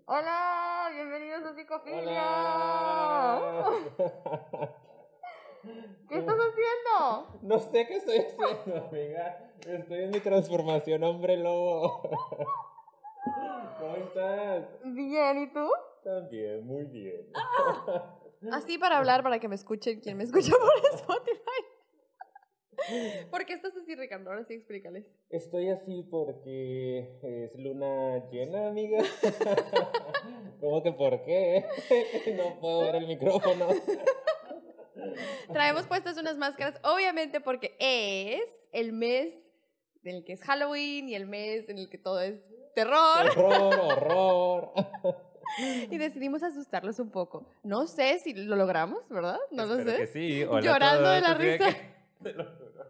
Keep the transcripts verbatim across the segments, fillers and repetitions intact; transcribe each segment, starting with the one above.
Hola, bienvenidos a Psicofilia. Hola. ¿Qué estás haciendo? No sé qué estoy haciendo, amiga. Estoy en mi transformación hombre lobo. ¿Cómo estás? Bien, ¿y tú? También, muy bien. Así para hablar, para que me escuchen quien me escucha por Spotify. ¿Por qué estás así, Ricardo? Ahora sí explícales. Estoy así porque es luna llena, amiga. ¿Cómo que por qué? No puedo ver el micrófono. Traemos puestas unas máscaras, obviamente porque es el mes en el que es Halloween y el mes en el que todo es terror. Terror, horror. Y decidimos asustarlos un poco. No sé si lo logramos, ¿verdad? No Espero lo sé. que sí. Hola Llorando a todos. de la Así risa. que- Te lo juro.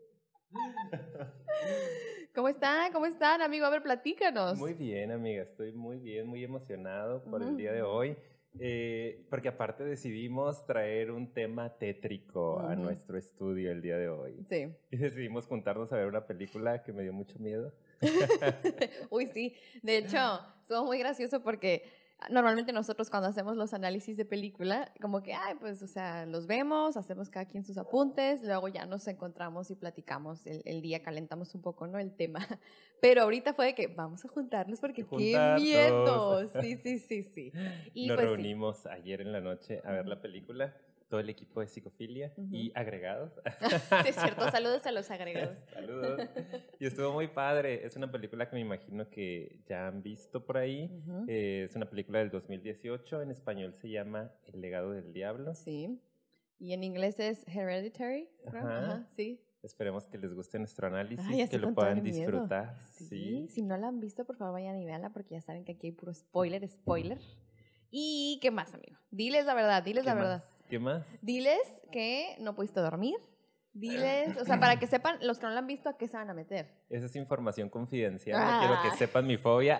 ¿Cómo están? ¿Cómo están, amigo? A ver, platícanos. Muy bien, amiga. Estoy muy bien, muy emocionado por el Ujú. día de hoy. eh, porque aparte decidimos traer un tema tétrico a Ujú. nuestro estudio el día de hoy. Sí. Y decidimos juntarnos a ver una película que me dio mucho miedo. Uy, sí. De hecho, estuvo muy gracioso porque normalmente nosotros cuando hacemos los análisis de película, como que, ay, pues, o sea, los vemos, hacemos cada quien sus apuntes, luego ya nos encontramos y platicamos el, el día, calentamos un poco, ¿no? El tema. Pero ahorita fue de que vamos a juntarnos porque qué Juntarnos. miedo. Sí, sí, sí, sí. Y Nos pues sí. reunimos ayer en la noche a ver Ujú. la película. Todo el equipo de Psicofilia Ujú. y agregados. Sí, es cierto. Saludos a los agregados. Saludos. Y estuvo muy padre. Es una película que me imagino que ya han visto por ahí. Ujú. Eh, es una película del dos mil dieciocho. En español se llama El legado del diablo. Sí. Y en inglés es Hereditary, creo. Ajá. Ajá, sí. Esperemos que les guste nuestro análisis, Ay, así que lo con todo puedan el miedo. disfrutar. Sí. Sí. Si no la han visto, por favor vayan y véanla porque ya saben que aquí hay puro spoiler, spoiler. ¿Y qué más, amigo? Diles la verdad, diles ¿Qué la más? verdad. ¿Qué más? Diles que no pudiste dormir. Diles, o sea, para que sepan, los que no la han visto, ¿a qué se van a meter? Esa es información confidencial. Ah. No quiero que sepan mi fobia.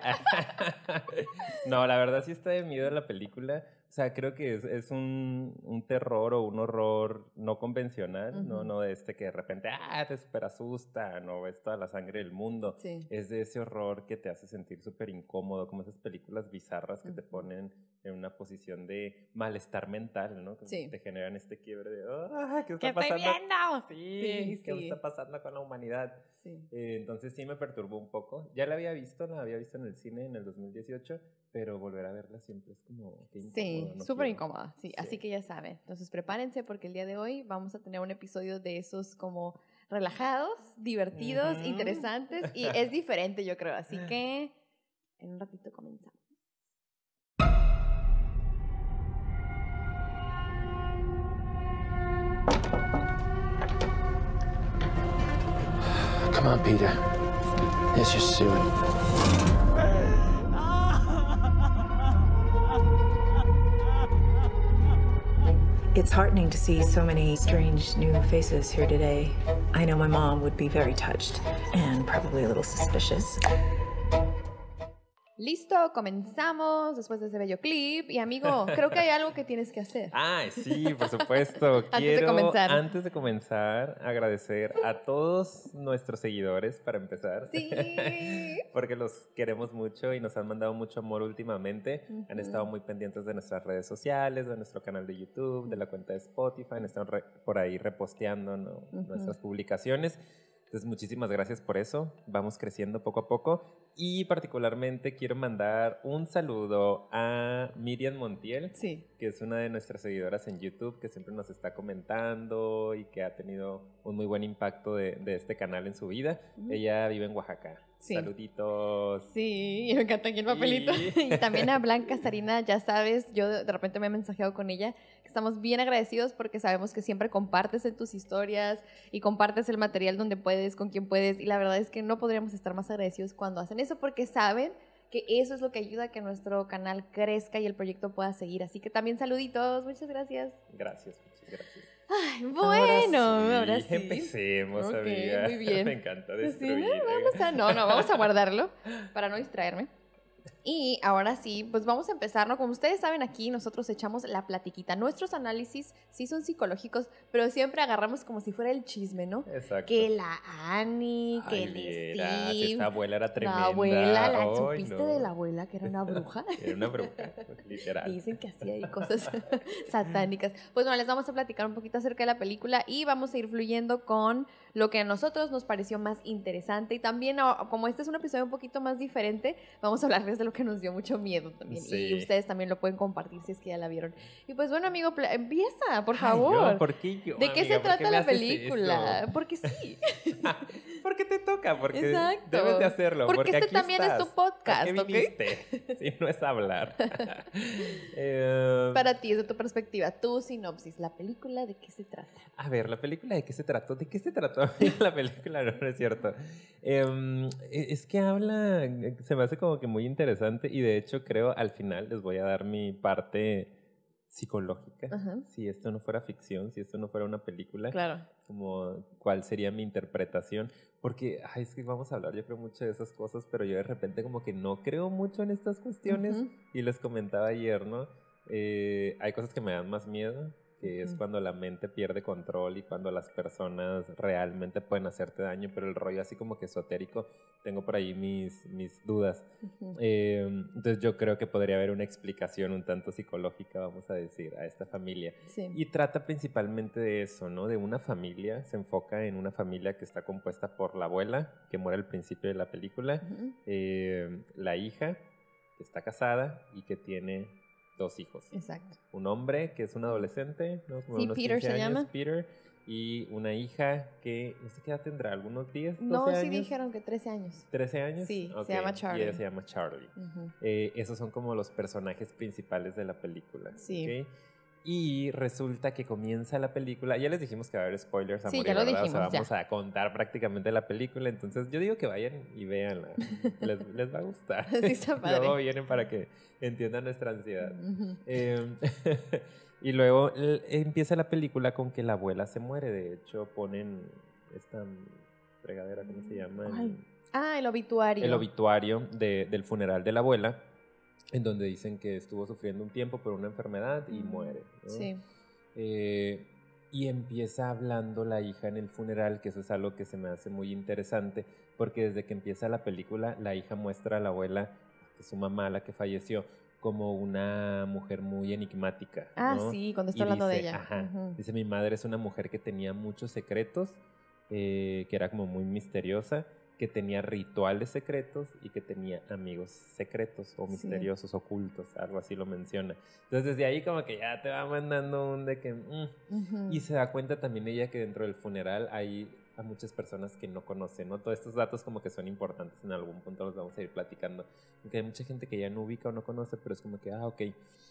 No, la verdad sí está de miedo la película. O sea, creo que es, es un, un terror o un horror no convencional, Ujú. ¿no? No de este que de repente ah, te super asusta, no ves toda la sangre del mundo. Sí. Es de ese horror que te hace sentir súper incómodo, como esas películas bizarras que te Ujú. ponen en una posición de malestar mental, ¿no? Que Sí. te generan este quiebre de, ah, ¿qué ¿Qué está estoy pasando? viendo? Sí, Sí, ¿qué sí. está pasando con la humanidad? Sí. Eh, entonces sí me perturbó un poco. Ya la había visto, la había visto en el cine en el dos mil dieciocho, pero volver a verla siempre es como que Sí, incómodo. no súper quiero. incómoda, sí, Sí. así que ya saben. Entonces prepárense porque el día de hoy vamos a tener un episodio de esos como relajados, divertidos, Ujú. interesantes y es diferente yo creo, así que en un ratito comenzamos. Come on, Peter. Let's just do it. It's heartening to see so many strange new faces here today. I know my mom would be very touched and probably a little suspicious. Listo, comenzamos después de ese bello clip y amigo, creo que hay algo que tienes que hacer. Ah, sí, por supuesto. Antes de Quiero, comenzar. antes de comenzar, agradecer a todos nuestros seguidores, para empezar. Sí. Porque los queremos mucho y nos han mandado mucho amor últimamente. Ujú. Han estado muy pendientes de nuestras redes sociales, de nuestro canal de YouTube, de la cuenta de Spotify. Han estado re- por ahí reposteando, ¿no? Ujú. nuestras publicaciones. Entonces, muchísimas gracias por eso. Vamos creciendo poco a poco. Y particularmente quiero mandar un saludo a Miriam Montiel, Sí. que es una de nuestras seguidoras en YouTube, que siempre nos está comentando y que ha tenido un muy buen impacto de, de este canal en su vida. Ujú. Ella vive en Oaxaca. Sí. Saluditos. Sí, y me encanta aquí el papelito. Y- Y también a Blanca Sarina, ya sabes, yo de de repente me he mensajeado con ella, que estamos bien agradecidos porque sabemos que siempre compartes en tus historias y compartes el material donde puedes, con quien puedes, y la verdad es que no podríamos estar más agradecidos cuando hacen eso porque saben que eso es lo que ayuda a que nuestro canal crezca y el proyecto pueda seguir. Así que también saluditos, muchas gracias. Gracias, muchas gracias. Ay, bueno, ahora sí. Empecemos, Ok, amiga. muy bien. Me encanta Pues sí, destruir. ¿no? Vamos a, no, no, vamos a guardarlo para no distraerme. Y ahora sí, pues vamos a empezar, ¿no? Como ustedes saben, aquí nosotros echamos la platiquita. Nuestros análisis sí son psicológicos, pero siempre agarramos como si fuera el chisme, ¿no? Exacto. Que la Annie, que Ay, el vieras, Steve. esta abuela era tremenda. La abuela, ¿la Ay, supiste no. de la abuela que era una bruja? Era una bruja, literal. Dicen que hacía ahí cosas satánicas. Pues bueno, les vamos a platicar un poquito acerca de la película y vamos a ir fluyendo con lo que a nosotros nos pareció más interesante. Y también, como este es un episodio un poquito más diferente, vamos a hablarles de lo que nos dio mucho miedo también. Sí. Y ustedes también lo pueden compartir si es que ya la vieron. Y pues bueno, amigo, empieza, por Ay, favor. yo, ¿por qué yo, ¿De qué amiga? se ¿Por trata qué me la haces película? eso? Porque sí. Porque te toca, porque Exacto. debes de hacerlo. Porque, porque este aquí también estás. es tu podcast, ¿Para ¿ok? qué viniste? Si no es hablar. eh, Para ti, desde tu perspectiva, tu sinopsis, la película, ¿de qué se trata? A ver, ¿la película de qué se trató? ¿De qué se trató la película? No, no es cierto. Eh, es que habla, se me hace como que muy interesante y de hecho creo al final les voy a dar mi parte psicológica. Ajá. Si esto no fuera ficción, si esto no fuera una película, Claro. como cuál sería mi interpretación. Porque, ay, es que vamos a hablar yo creo mucho de esas cosas, pero yo de repente como que no creo mucho en estas cuestiones. Ujú. Y les comentaba ayer, ¿no? Eh, hay cosas que me dan más miedo, que es Ujú. cuando la mente pierde control y cuando las personas realmente pueden hacerte daño, pero el rollo así como que esotérico, tengo por ahí mis, mis dudas. Ujú. Eh, entonces yo creo que podría haber una explicación un tanto psicológica, vamos a decir, a esta familia. Sí. Y trata principalmente de eso, ¿no? De una familia, se enfoca en una familia que está compuesta por la abuela, que muere al principio de la película, Ujú. eh, la hija, que está casada y que tiene dos hijos. Exacto. Un hombre que es un adolescente, ¿no? Como Sí, unos Peter quince se años, llama. Peter, y una hija que, no sé qué edad tendrá, algunos diez, doce No, años. sí dijeron que trece años. ¿trece años? Sí, se Ok, llama Charlie. Y ella se llama Charlie. Ujú. Eh, esos son como los personajes principales de la película. Sí. ¿Ok? Y resulta que comienza la película. Ya les dijimos que va a haber spoilers a Sí, morir, ya lo ¿verdad? dijimos, o sea, vamos ya. a contar prácticamente la película. Entonces, yo digo que vayan y véanla. les, les va a gustar. Sí, está padre. Luego vienen para que entiendan nuestra ansiedad. Ujú. Eh, y luego l- empieza la película con que la abuela se muere. De hecho, ponen esta fregadera, ¿cómo se llama? El- Ay, Ah, el obituario. el obituario de- del funeral de la abuela, en donde dicen que estuvo sufriendo un tiempo por una enfermedad y Mm, muere, ¿no? Sí. Eh, y empieza hablando la hija en el funeral, que eso es algo que se me hace muy interesante, porque desde que empieza la película, la hija muestra a la abuela, que es su mamá, la que falleció, como una mujer muy enigmática. Ah, ¿no? sí, cuando está Y hablando de dice, ella. Ajá, Ujú. dice, mi madre es una mujer que tenía muchos secretos, eh, que era como muy misteriosa, que tenía rituales secretos y que tenía amigos secretos o Sí. misteriosos, ocultos, algo así lo menciona. Entonces desde ahí como que ya te va mandando un de que... mm. Ujú. Y se da cuenta también ella que dentro del funeral hay a muchas personas que no conocen, ¿no? Todos estos datos como que son importantes, en algún punto los vamos a ir platicando. Porque hay mucha gente que ya no ubica o no conoce, pero es como que, ah, ok.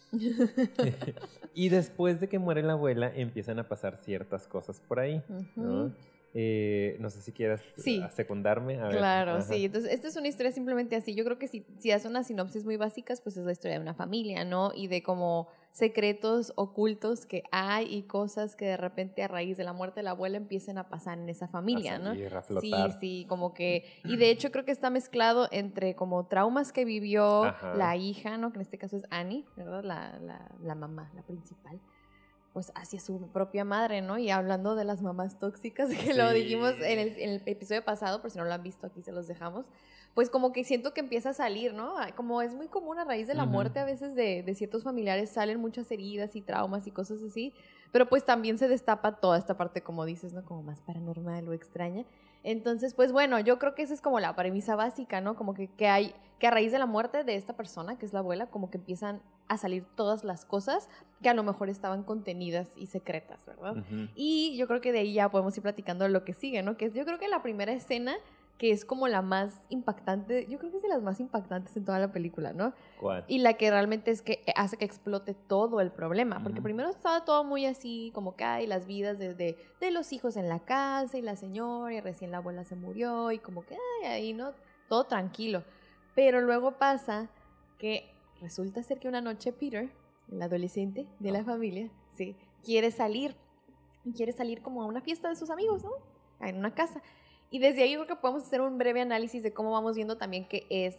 Y después de que muere la abuela, empiezan a pasar ciertas cosas por ahí, ¿no? Ujú. Eh, no sé si quieras Sí. a secundarme. A ver. Claro, Ajá. sí. Entonces, esta es una historia simplemente así. Yo creo que si, si haces unas sinopsis muy básicas, pues es la historia de una familia, ¿no? Y de como secretos ocultos que hay y cosas que de repente a raíz de la muerte de la abuela empiezan a pasar en esa familia, A ¿no? salir, a Sí, flotar. sí, como que... Y de hecho creo que está mezclado entre como traumas que vivió Ajá. la hija, ¿no? Que en este caso es Annie, ¿verdad? La, la, la mamá, la principal. Pues hacia su propia madre, ¿no? Y hablando de las mamás tóxicas, que lo Sí. dijimos en el, en el episodio pasado, por si no lo han visto, aquí se los dejamos, pues como que siento que empieza a salir, ¿no? Como es muy común a raíz de la Ujú. muerte a veces de, de ciertos familiares, salen muchas heridas y traumas y cosas así, pero pues también se destapa toda esta parte, como dices, ¿no? Como más paranormal o extraña. Entonces, pues bueno, yo creo que esa es como la premisa básica, ¿no? Como que, que hay, que a raíz de la muerte de esta persona, que es la abuela, como que empiezan a salir todas las cosas que a lo mejor estaban contenidas y secretas, ¿verdad? Ujú. Y yo creo que de ahí ya podemos ir platicando de lo que sigue, ¿no? Que es, yo creo que la primera escena, que es como la más impactante, yo creo que es de las más impactantes en toda la película, ¿no? ¿Cuál? Y la que realmente es que hace que explote todo el problema, porque Ujú. primero estaba todo muy así, como que hay las vidas de, de, de los hijos en la casa y la señora, y recién la abuela se murió, y como que ay, ahí, ¿no? Todo tranquilo. Pero luego pasa que resulta ser que una noche Peter, el adolescente de la familia, sí, quiere salir, quiere salir como a una fiesta de sus amigos, ¿no? En una casa. Y desde ahí yo creo que podemos hacer un breve análisis de cómo vamos viendo también que es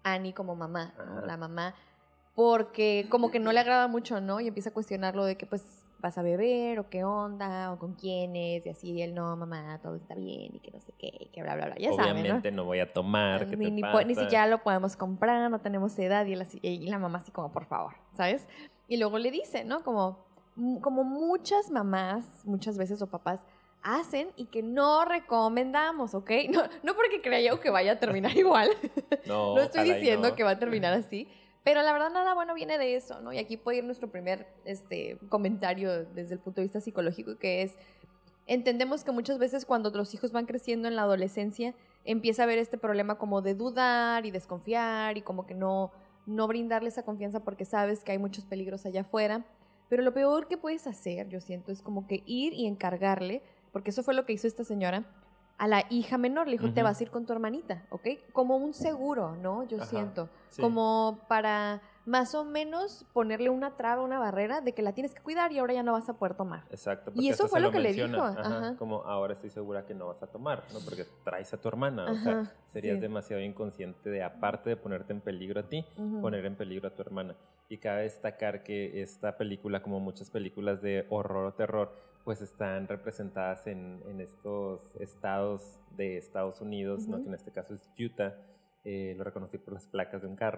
Annie como mamá, ¿no? Ajá. La mamá, porque como que no le agrada mucho, ¿no? Y empieza a cuestionarlo de que, pues, vas a beber, o qué onda, o con quiénes, y así, y él, no, mamá, todo está bien, y que no sé qué, y que bla, bla, bla, ya saben, ¿no? Obviamente no voy a tomar, ¿qué ni, te ni, pasa? ni siquiera lo podemos comprar, no tenemos edad, y, él así, y la mamá así como, por favor, ¿sabes? Y luego le dice, ¿no? Como, como muchas mamás, muchas veces, o papás, hacen y que no recomendamos, ¿ok? No, no porque crea yo que vaya a terminar igual. No, No estoy ojalá y diciendo no. que va a terminar así, pero la verdad nada bueno viene de eso, ¿no? Y aquí puede ir nuestro primer este, comentario desde el punto de vista psicológico, que es, entendemos que muchas veces cuando los hijos van creciendo en la adolescencia, empieza a haber este problema como de dudar y desconfiar y como que no, no brindarle esa confianza porque sabes que hay muchos peligros allá afuera. Pero lo peor que puedes hacer, yo siento, es como que ir y encargarle, porque eso fue lo que hizo esta señora, a la hija menor, le dijo, Ujú. te vas a ir con tu hermanita, ¿ok? Como un seguro, ¿no? Yo Ajá, siento. sí. Como para más o menos ponerle una traba, una barrera de que la tienes que cuidar y ahora ya no vas a poder tomar. Exacto. Y eso hasta fue se lo que le menciona, dijo, Ajá, ajá. Como ahora estoy segura que no vas a tomar, ¿no? Porque traes a tu hermana. O Ajá, sea, serías sí. demasiado inconsciente de, aparte de ponerte en peligro a ti, Ujú. poner en peligro a tu hermana. Y cabe destacar que esta película, como muchas películas de horror o terror, pues están representadas en, en estos estados de Estados Unidos, Ujú. ¿no? Que en este caso es Utah. Eh, lo reconocí por las placas de un carro.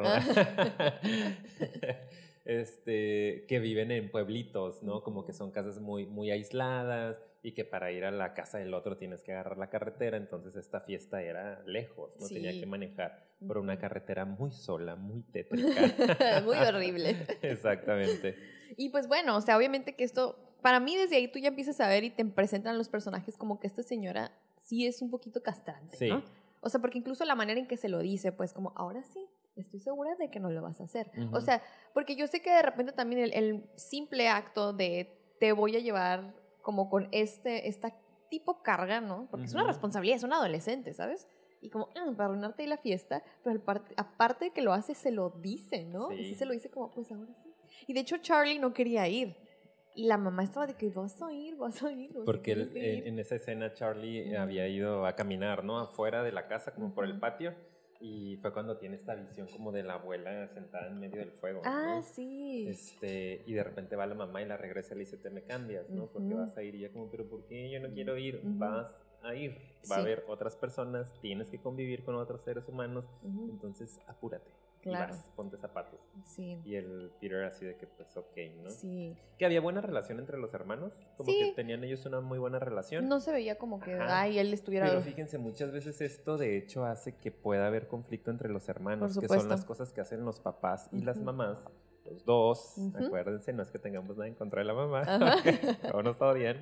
este, que viven en pueblitos, ¿no? Como que son casas muy, muy aisladas y que para ir a la casa del otro tienes que agarrar la carretera. Entonces esta fiesta era lejos, ¿no? Sí. Tenía que manejar por Ujú. una carretera muy sola, muy tétrica. Muy horrible. Exactamente. Y pues bueno, o sea, obviamente que esto, para mí desde ahí tú ya empiezas a ver y te presentan los personajes como que esta señora sí es un poquito castrante, Sí. ¿no? O sea, porque incluso la manera en que se lo dice, pues como, ahora sí, estoy segura de que no lo vas a hacer. Ujú. O sea, porque yo sé que de repente también el, el simple acto de te voy a llevar como con este, esta tipo carga, ¿no? Porque es una Ujú. responsabilidad, es un adolescente, ¿sabes? Y como, "Mm, para arruinarte ahí la fiesta", pero al parte- aparte de que lo hace, se lo dice, ¿no? Y sí Sí. se lo dice como, pues ahora sí. Y de hecho Charlie no quería ir. Y la mamá estaba de que vas a ir, vas a ir. o sea, Porque tienes él, que en, ir. en esa escena Charlie Ujú. había ido a caminar, ¿no? Afuera de la casa, como por el Ujú. patio. Y fue cuando tiene esta visión como de la abuela sentada en medio del fuego, Ah, ¿no? sí. Este, y de repente va la mamá y la regresa y le dice, te me cambias, ¿no? Porque Ujú. vas a ir. Y ella como, pero ¿por qué yo no quiero ir? Ujú. Vas a ir. Va a Sí. haber otras personas, tienes que convivir con otros seres humanos. Ujú. Entonces, apúrate. Claro. Y vas, ponte zapatos. Sí. Y el Peter así de que, pues, ok, ¿no? Sí. Que había buena relación entre los hermanos. Como Sí. que tenían ellos una muy buena relación. No se veía como que, Ajá. ay, él estuviera... Pero fíjense, muchas veces esto de hecho hace que pueda haber conflicto entre los hermanos, Por que son supuesto. las cosas que hacen los papás y las Ujú. mamás, los dos. Ujú. Acuérdense, no es que tengamos nada en contra de la mamá, Ajá. ok, no nos odian.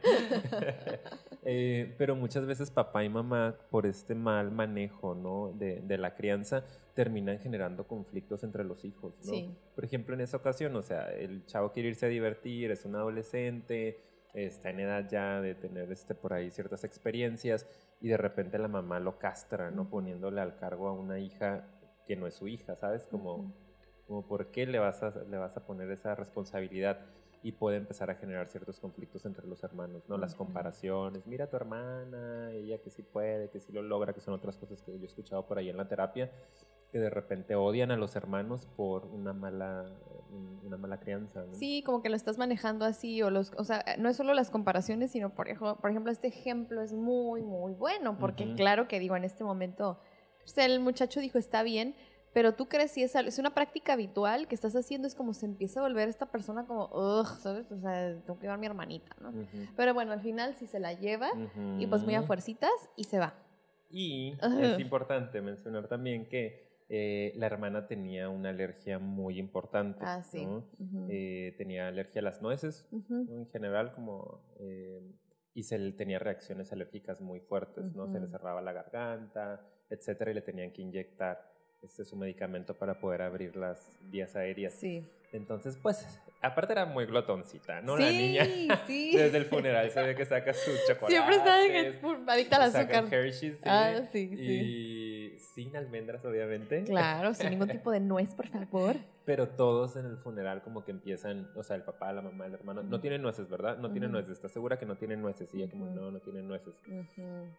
Eh, pero muchas veces papá y mamá, por este mal manejo, ¿no? de, de la crianza, terminan generando conflictos entre los hijos, ¿no? Sí. Por ejemplo, en esa ocasión, o sea, el chavo quiere irse a divertir, es un adolescente, está en edad ya de tener este, por ahí ciertas experiencias y de repente la mamá lo castra, ¿no? Ujú. Poniéndole al cargo a una hija que no es su hija, ¿sabes? Como, Ujú. como ¿por qué le vas, a, le vas a poner esa responsabilidad? Y puede empezar a generar ciertos conflictos entre los hermanos, ¿no? Las Ujú. comparaciones, mira a tu hermana, ella que sí puede, que sí lo logra, que son otras cosas que yo he escuchado por ahí en la terapia, que de repente odian a los hermanos por una mala, una mala crianza, ¿no? Sí, como que lo estás manejando así, o los, o sea, no es solo las comparaciones, sino por ejemplo, por ejemplo este ejemplo es muy, muy bueno, porque Ujú. claro que digo, en este momento, pues, el muchacho dijo, está bien, pero tú crees si es, al- es una práctica habitual que estás haciendo, es como se empieza a volver esta persona como, ugh, ¿sabes? O sea, tengo que llevar a mi hermanita, ¿no? Ujú. Pero bueno, al final sí se la lleva, Ujú. y pues muy a fuercitas, y se va. Y Ajá. es importante mencionar también que eh, la hermana tenía una alergia muy importante. Ah, sí. ¿no? Ujú. Eh, tenía alergia a las nueces, Ujú. ¿no? En general, como, eh, y se le tenía reacciones alérgicas muy fuertes, ¿no? Se le Ujú. cerraba la garganta, etcétera, y le tenían que inyectar este su medicamento para poder abrir las vías aéreas. Sí. Entonces, pues, aparte era muy glotoncita, ¿no? Sí, La niña. sí. Desde el funeral se ve que saca su chocolate. Siempre está de que, pum, adicta al Saca azúcar. Hershey's, sí. Ah, sí, sí. Y sin almendras, obviamente. Claro, sin ningún tipo de nuez, por favor. Pero todos en el funeral como que empiezan, o sea, el papá, la mamá, el hermano, no Ujú. tienen nueces, ¿verdad? No tienen Ujú. nueces, ¿estás segura que no tienen nueces? Y ella como, Ujú. no, no tienen nueces. Ujú.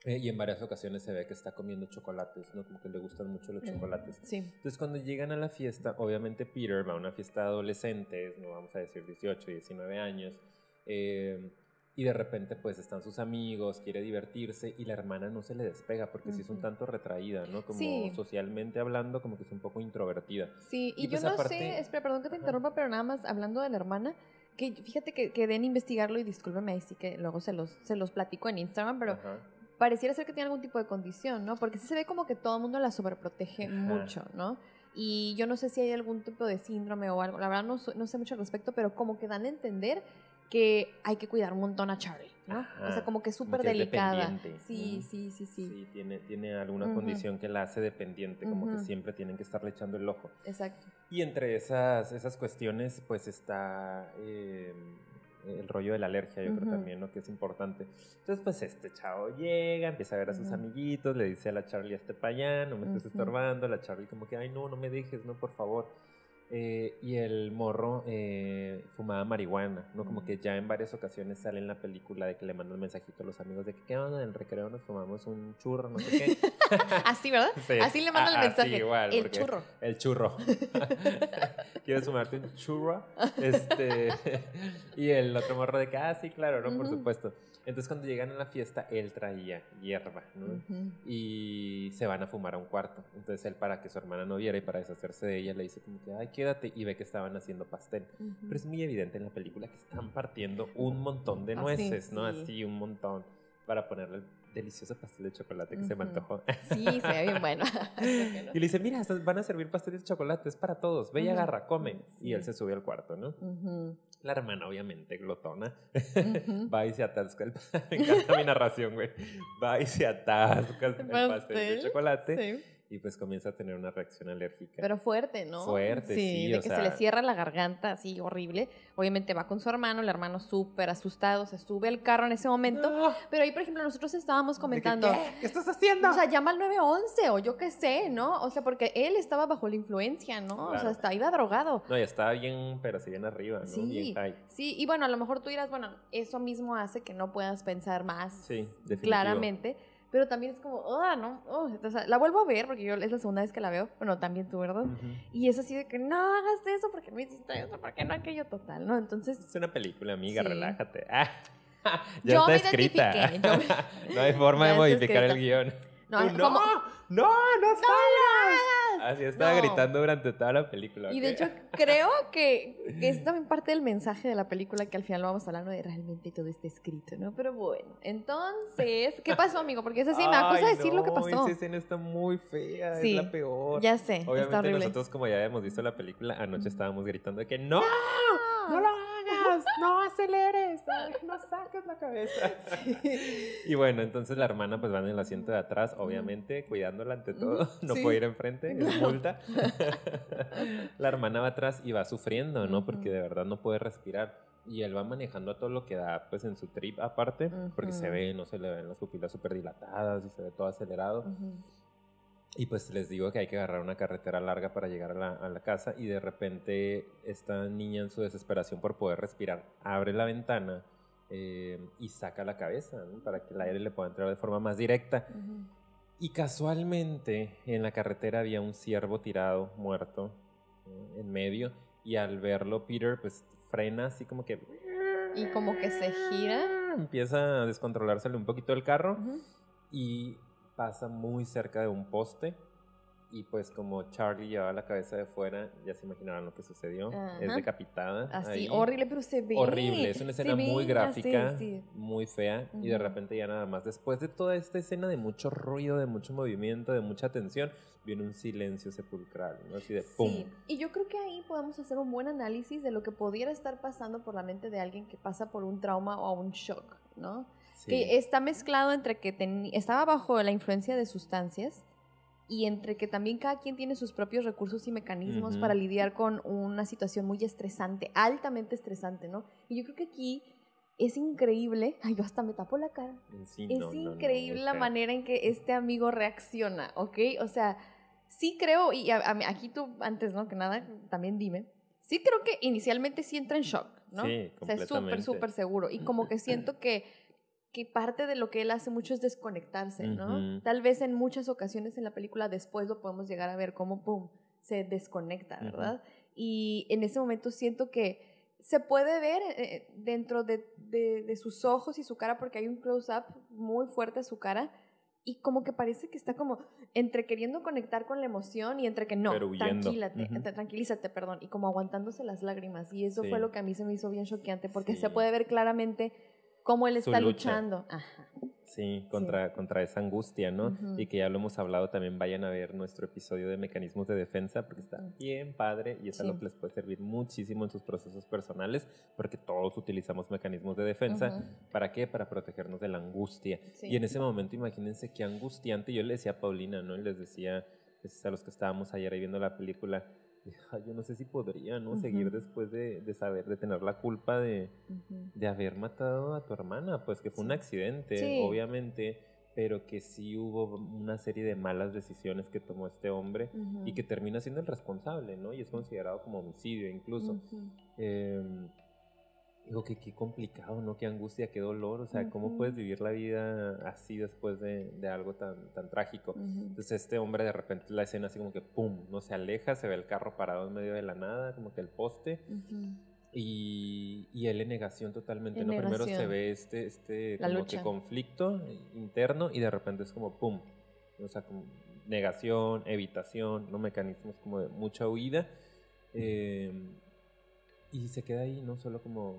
Eh, y en varias ocasiones se ve que está comiendo chocolates, ¿no? Como que le gustan mucho los chocolates. Sí. Entonces, cuando llegan a la fiesta, obviamente Peter va a una fiesta de adolescentes, no vamos a decir dieciocho, diecinueve años, eh, y de repente, pues, están sus amigos, quiere divertirse, y la hermana no se le despega, porque uh-huh. sí es un tanto retraída, ¿no? Como sí. socialmente hablando, como que es un poco introvertida. Sí, y, y pues yo no aparte... sé, espera, perdón que te interrumpa, Ajá. pero nada más hablando de la hermana, que fíjate que quedé en investigarlo, y discúlpeme ahí sí que luego se los, se los platico en Instagram, pero... Ajá. Pareciera ser que tiene algún tipo de condición, ¿no? Porque sí se ve como que todo el mundo la sobreprotege Ajá. mucho, ¿no? Y yo no sé si hay algún tipo de síndrome o algo, la verdad no, no sé mucho al respecto, pero como que dan a entender que hay que cuidar un montón a Charlie, ¿no? Ajá. O sea, como que es súper delicada. Sí, uh-huh. sí, sí, sí. Sí, tiene, tiene alguna uh-huh. condición que la hace dependiente, como uh-huh. que siempre tienen que estarle echando el ojo. Exacto. Y entre esas, esas cuestiones, pues está... Eh, el rollo de la alergia, yo uh-huh. creo también, ¿no? Que es importante. Entonces, pues, este chavo llega, empieza a ver a sus uh-huh. amiguitos, le dice a la Charlie, hazte para allá, no me estés uh-huh. estorbando. La Charlie como que, ay, no, no me dejes, no, por favor. Eh, y el morro eh, fumaba marihuana, ¿no? Como que ya en varias ocasiones sale en la película de que le manda un mensajito a los amigos de que, ¿qué onda? En el recreo nos fumamos un churro, no sé qué. Así, ¿verdad? Sí. Así le manda el mensaje. Igual, el churro. El churro. ¿Quieres fumarte un churro? Este, y el otro morro de que, ah, sí, claro, ¿no? Uh-huh. Por supuesto. Entonces, cuando llegan a la fiesta, él traía hierba, ¿no? Uh-huh. Y se van a fumar a un cuarto. Entonces, él, para que su hermana no viera y para deshacerse de ella, le dice como que, ay, quédate. Y ve que estaban haciendo pastel. Uh-huh. Pero es muy evidente en la película que están partiendo un montón de nueces, Así, ¿no? Sí. Así, un montón. Para ponerle el delicioso pastel de chocolate que uh-huh. se me antojó. Sí, se ve bien bueno. Y le dice, mira, van a servir pastel de chocolate, es para todos. Ve y uh-huh. agarra, come. Sí. Y él se sube al cuarto, ¿no? Uh-huh. La hermana, obviamente, glotona, uh-huh. va y se atasca el pastel. Me encanta mi narración, güey. Va y se atasca el pastel, pastel de chocolate. Sí. Y pues comienza a tener una reacción alérgica. Pero fuerte, ¿no? Fuerte, sí. sí de o que sea... se le cierra la garganta, así horrible. Obviamente va con su hermano, el hermano súper asustado, se sube al carro en ese momento. No. Pero ahí, por ejemplo, nosotros estábamos comentando... ¿Qué? ¿Qué estás haciendo? O sea, llama al nueve once o yo qué sé, ¿no? O sea, porque él estaba bajo la influencia, ¿no? Claro. O sea, estaba, iba drogado. No, ya estaba bien, pero sí bien arriba, ¿no? Sí, bien high. Sí, y bueno, a lo mejor tú dirás, bueno, eso mismo hace que no puedas pensar más sí, claramente. Pero también es como, oh, no, oh, o sea, la vuelvo a ver porque yo es la segunda vez que la veo, bueno, también tú, ¿verdad? Uh-huh. Y es así de que no hagas eso, porque no hiciste eso, porque no aquello total, ¿no? Entonces... Es una película, amiga, sí. relájate. Ah, ya yo está me escrita. Yo me... No hay forma de modificar el guión. No, no, como... no, no salgas. Así estaba no. gritando durante toda la película. Y ¿okay? de hecho creo que, que es también parte del mensaje de la película, que al final lo vamos a hablar, ¿no? De realmente todo está escrito, ¿no? Pero bueno, entonces, ¿qué pasó, amigo? Porque esa sí me da cosa decir no, lo que pasó. Esa escena está muy fea, sí, es la peor. Ya sé, Obviamente está horrible. Nosotros, como ya habíamos visto la película, anoche estábamos gritando de que ¡no! ¡No lo hagas! ¡No aceleres! ¡No saques la cabeza! Sí. Y bueno, entonces la hermana pues va en el asiento de atrás, obviamente, cuidándola ante todo. No sí. puede ir enfrente, es multa. La hermana va atrás y va sufriendo, ¿no? Porque de verdad no puede respirar. Y él va manejando a todo lo que da, pues, en su trip aparte. Uh-huh. Porque se ve, no se le ven las pupilas súper dilatadas y se ve todo acelerado. Uh-huh. Y pues les digo que hay que agarrar una carretera larga para llegar a la, a la casa. Y de repente esta niña, en su desesperación por poder respirar, abre la ventana eh, y saca la cabeza, ¿no? Para que el aire le pueda entrar de forma más directa. Uh-huh. Y casualmente en la carretera había un ciervo tirado, muerto, ¿no? En medio. Y al verlo, Peter pues frena así como que... Y como que se gira. Empieza a descontrolársele un poquito el carro. Uh-huh. Y pasa muy cerca de un poste. Y pues como Charlie llevaba la cabeza de fuera, ya se imaginarán lo que sucedió. Uh-huh. Es decapitada. Así, ahí. Horrible, pero se ve. Horrible, es una escena muy gráfica, sí, sí. muy fea. Uh-huh. Y de repente ya nada más, después de toda esta escena de mucho ruido, de mucho movimiento, de mucha tensión, viene un silencio sepulcral, ¿no? Así de pum. Sí, y yo creo que ahí podemos hacer un buen análisis de lo que pudiera estar pasando por la mente de alguien que pasa por un trauma o un shock, ¿no? Sí. Que está mezclado entre que ten- estaba bajo la influencia de sustancias y entre que también cada quien tiene sus propios recursos y mecanismos uh-huh. para lidiar con una situación muy estresante, altamente estresante, ¿no? Y yo creo que aquí es increíble, ay, yo hasta me tapo la cara, sí, es no, increíble no, no, la manera en que este amigo reacciona, ¿ok? O sea, sí creo, y a, a, aquí tú antes, ¿no? Que nada, también dime, sí creo que inicialmente sí entra en shock, ¿no? Sí, completamente. O sea, es súper, súper seguro, y como que siento que que parte de lo que él hace mucho es desconectarse, ¿no? Ujú. Tal vez en muchas ocasiones en la película después lo podemos llegar a ver como, pum, se desconecta, ¿verdad? Uh-huh. Y en ese momento siento que se puede ver eh, dentro de, de, de sus ojos y su cara, porque hay un close-up muy fuerte a su cara, y como que parece que está como entre queriendo conectar con la emoción y entre que no, tranquilízate, uh-huh. tranquilízate, perdón, y como aguantándose las lágrimas. Y eso sí. fue lo que a mí se me hizo bien choqueante, porque sí. se puede ver claramente cómo él está luchando. Ajá. Sí, contra, sí. contra esa angustia, ¿no? Uh-huh. Y que ya lo hemos hablado, también vayan a ver nuestro episodio de mecanismos de defensa, porque está bien padre y es sí. algo que les puede servir muchísimo en sus procesos personales, porque todos utilizamos mecanismos de defensa. Uh-huh. ¿Para qué? Para protegernos de la angustia. Sí. Y en ese momento, imagínense qué angustiante. Yo le decía a Paulina, ¿no? Y les decía a los que estábamos ayer ahí viendo la película, yo no sé si podría, ¿no? Uh-huh. Seguir después de, de saber, de tener la culpa de, uh-huh. de haber matado a tu hermana, pues que fue sí. un accidente, sí. obviamente, pero que sí hubo una serie de malas decisiones que tomó este hombre uh-huh. y que termina siendo el responsable, ¿no? Y es considerado como homicidio incluso. Uh-huh. Eh, digo que qué complicado, ¿no? Qué angustia, qué dolor, o sea, uh-huh. ¿cómo puedes vivir la vida así después de, de algo tan, tan trágico? Uh-huh. Entonces este hombre de repente la escena así como que pum, no se aleja, se ve el carro parado en medio de la nada, como que el poste, uh-huh. y, y él en negación totalmente, en ¿no? Negación. Primero se ve este, este como lucha. que conflicto interno y de repente es como pum, o sea, como negación, evitación, ¿no? Mecanismos como de mucha huida, eh, y se queda ahí, ¿no? Solo como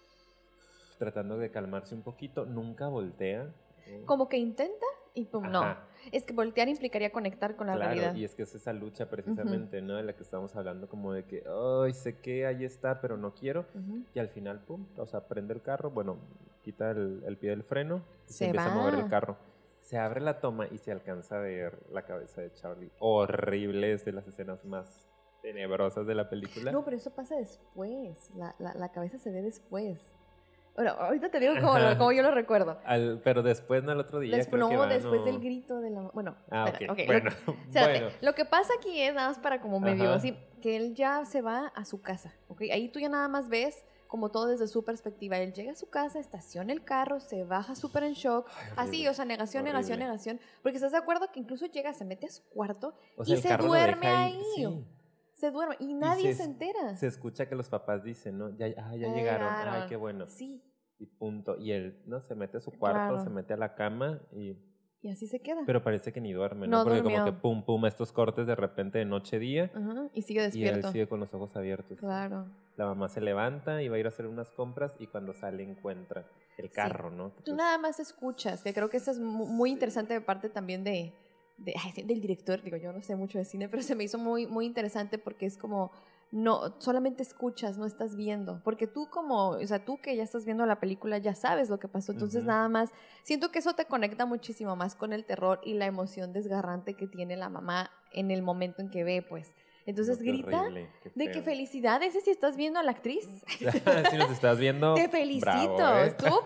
tratando de calmarse un poquito, nunca voltea. ¿eh? Como que intenta y pum, Ajá. no. Es que voltear implicaría conectar con la claro, realidad. Y es que es esa lucha precisamente, uh-huh. ¿no? De la que estamos hablando, como de que, ay, sé que ahí está, pero no quiero. Uh-huh. Y al final, pum, o sea, prende el carro, bueno, quita el, el pie del freno y se, se empieza va. a mover el carro. Se abre la toma y se alcanza a ver la cabeza de Charlie. Horrible, es de las escenas más tenebrosas de la película. No, pero eso pasa después. La, la, la cabeza se ve después. Bueno, ahorita te digo cómo, cómo yo lo recuerdo. Al, pero después, no, al otro día. Después, creo no, que va, después no. del grito de la. Bueno, ah, espera, okay. okay. Bueno, Lo, espérate, bueno. Lo que pasa aquí es nada más para como medio Ajá. así, que él ya se va a su casa. ¿Okay? Ahí tú ya nada más ves como todo desde su perspectiva. Él llega a su casa, estaciona el carro, se baja súper en shock. Ay, así, o sea, negación, horrible. negación, negación. Porque estás de acuerdo que incluso llega, se mete a su cuarto o sea, y se duerme ahí. ahí. Sí. Se duerme y nadie y se, se entera. Se escucha que los papás dicen, ¿no? Ya, ah, ya llegaron. llegaron. Ay, qué bueno. Sí. Y punto. Y él, ¿no? Se mete a su cuarto, claro. se mete a la cama y... Y así se queda. Pero parece que ni duerme, ¿no? no Porque durmió. como que pum, pum, estos cortes de repente de noche-día. Uh-huh. Y sigue despierto. Y él sigue con los ojos abiertos. Claro. La mamá se levanta y va a ir a hacer unas compras y cuando sale encuentra el carro, sí. ¿no? Tú pues... nada más escuchas, que creo que eso es muy interesante de parte también de... De, ay, del director, digo, yo no sé mucho de cine, pero se me hizo muy, muy interesante porque es como, no, solamente escuchas, no estás viendo, porque tú como, o sea, tú que ya estás viendo la película ya sabes lo que pasó, entonces uh-huh. nada más, siento que eso te conecta muchísimo más con el terror y la emoción desgarrante que tiene la mamá en el momento en que ve, pues. Entonces no, grita horrible, de que felicidades, ese si estás viendo a la actriz. Si nos estás viendo, te felicito, bravo, ¿eh? ¿Tú?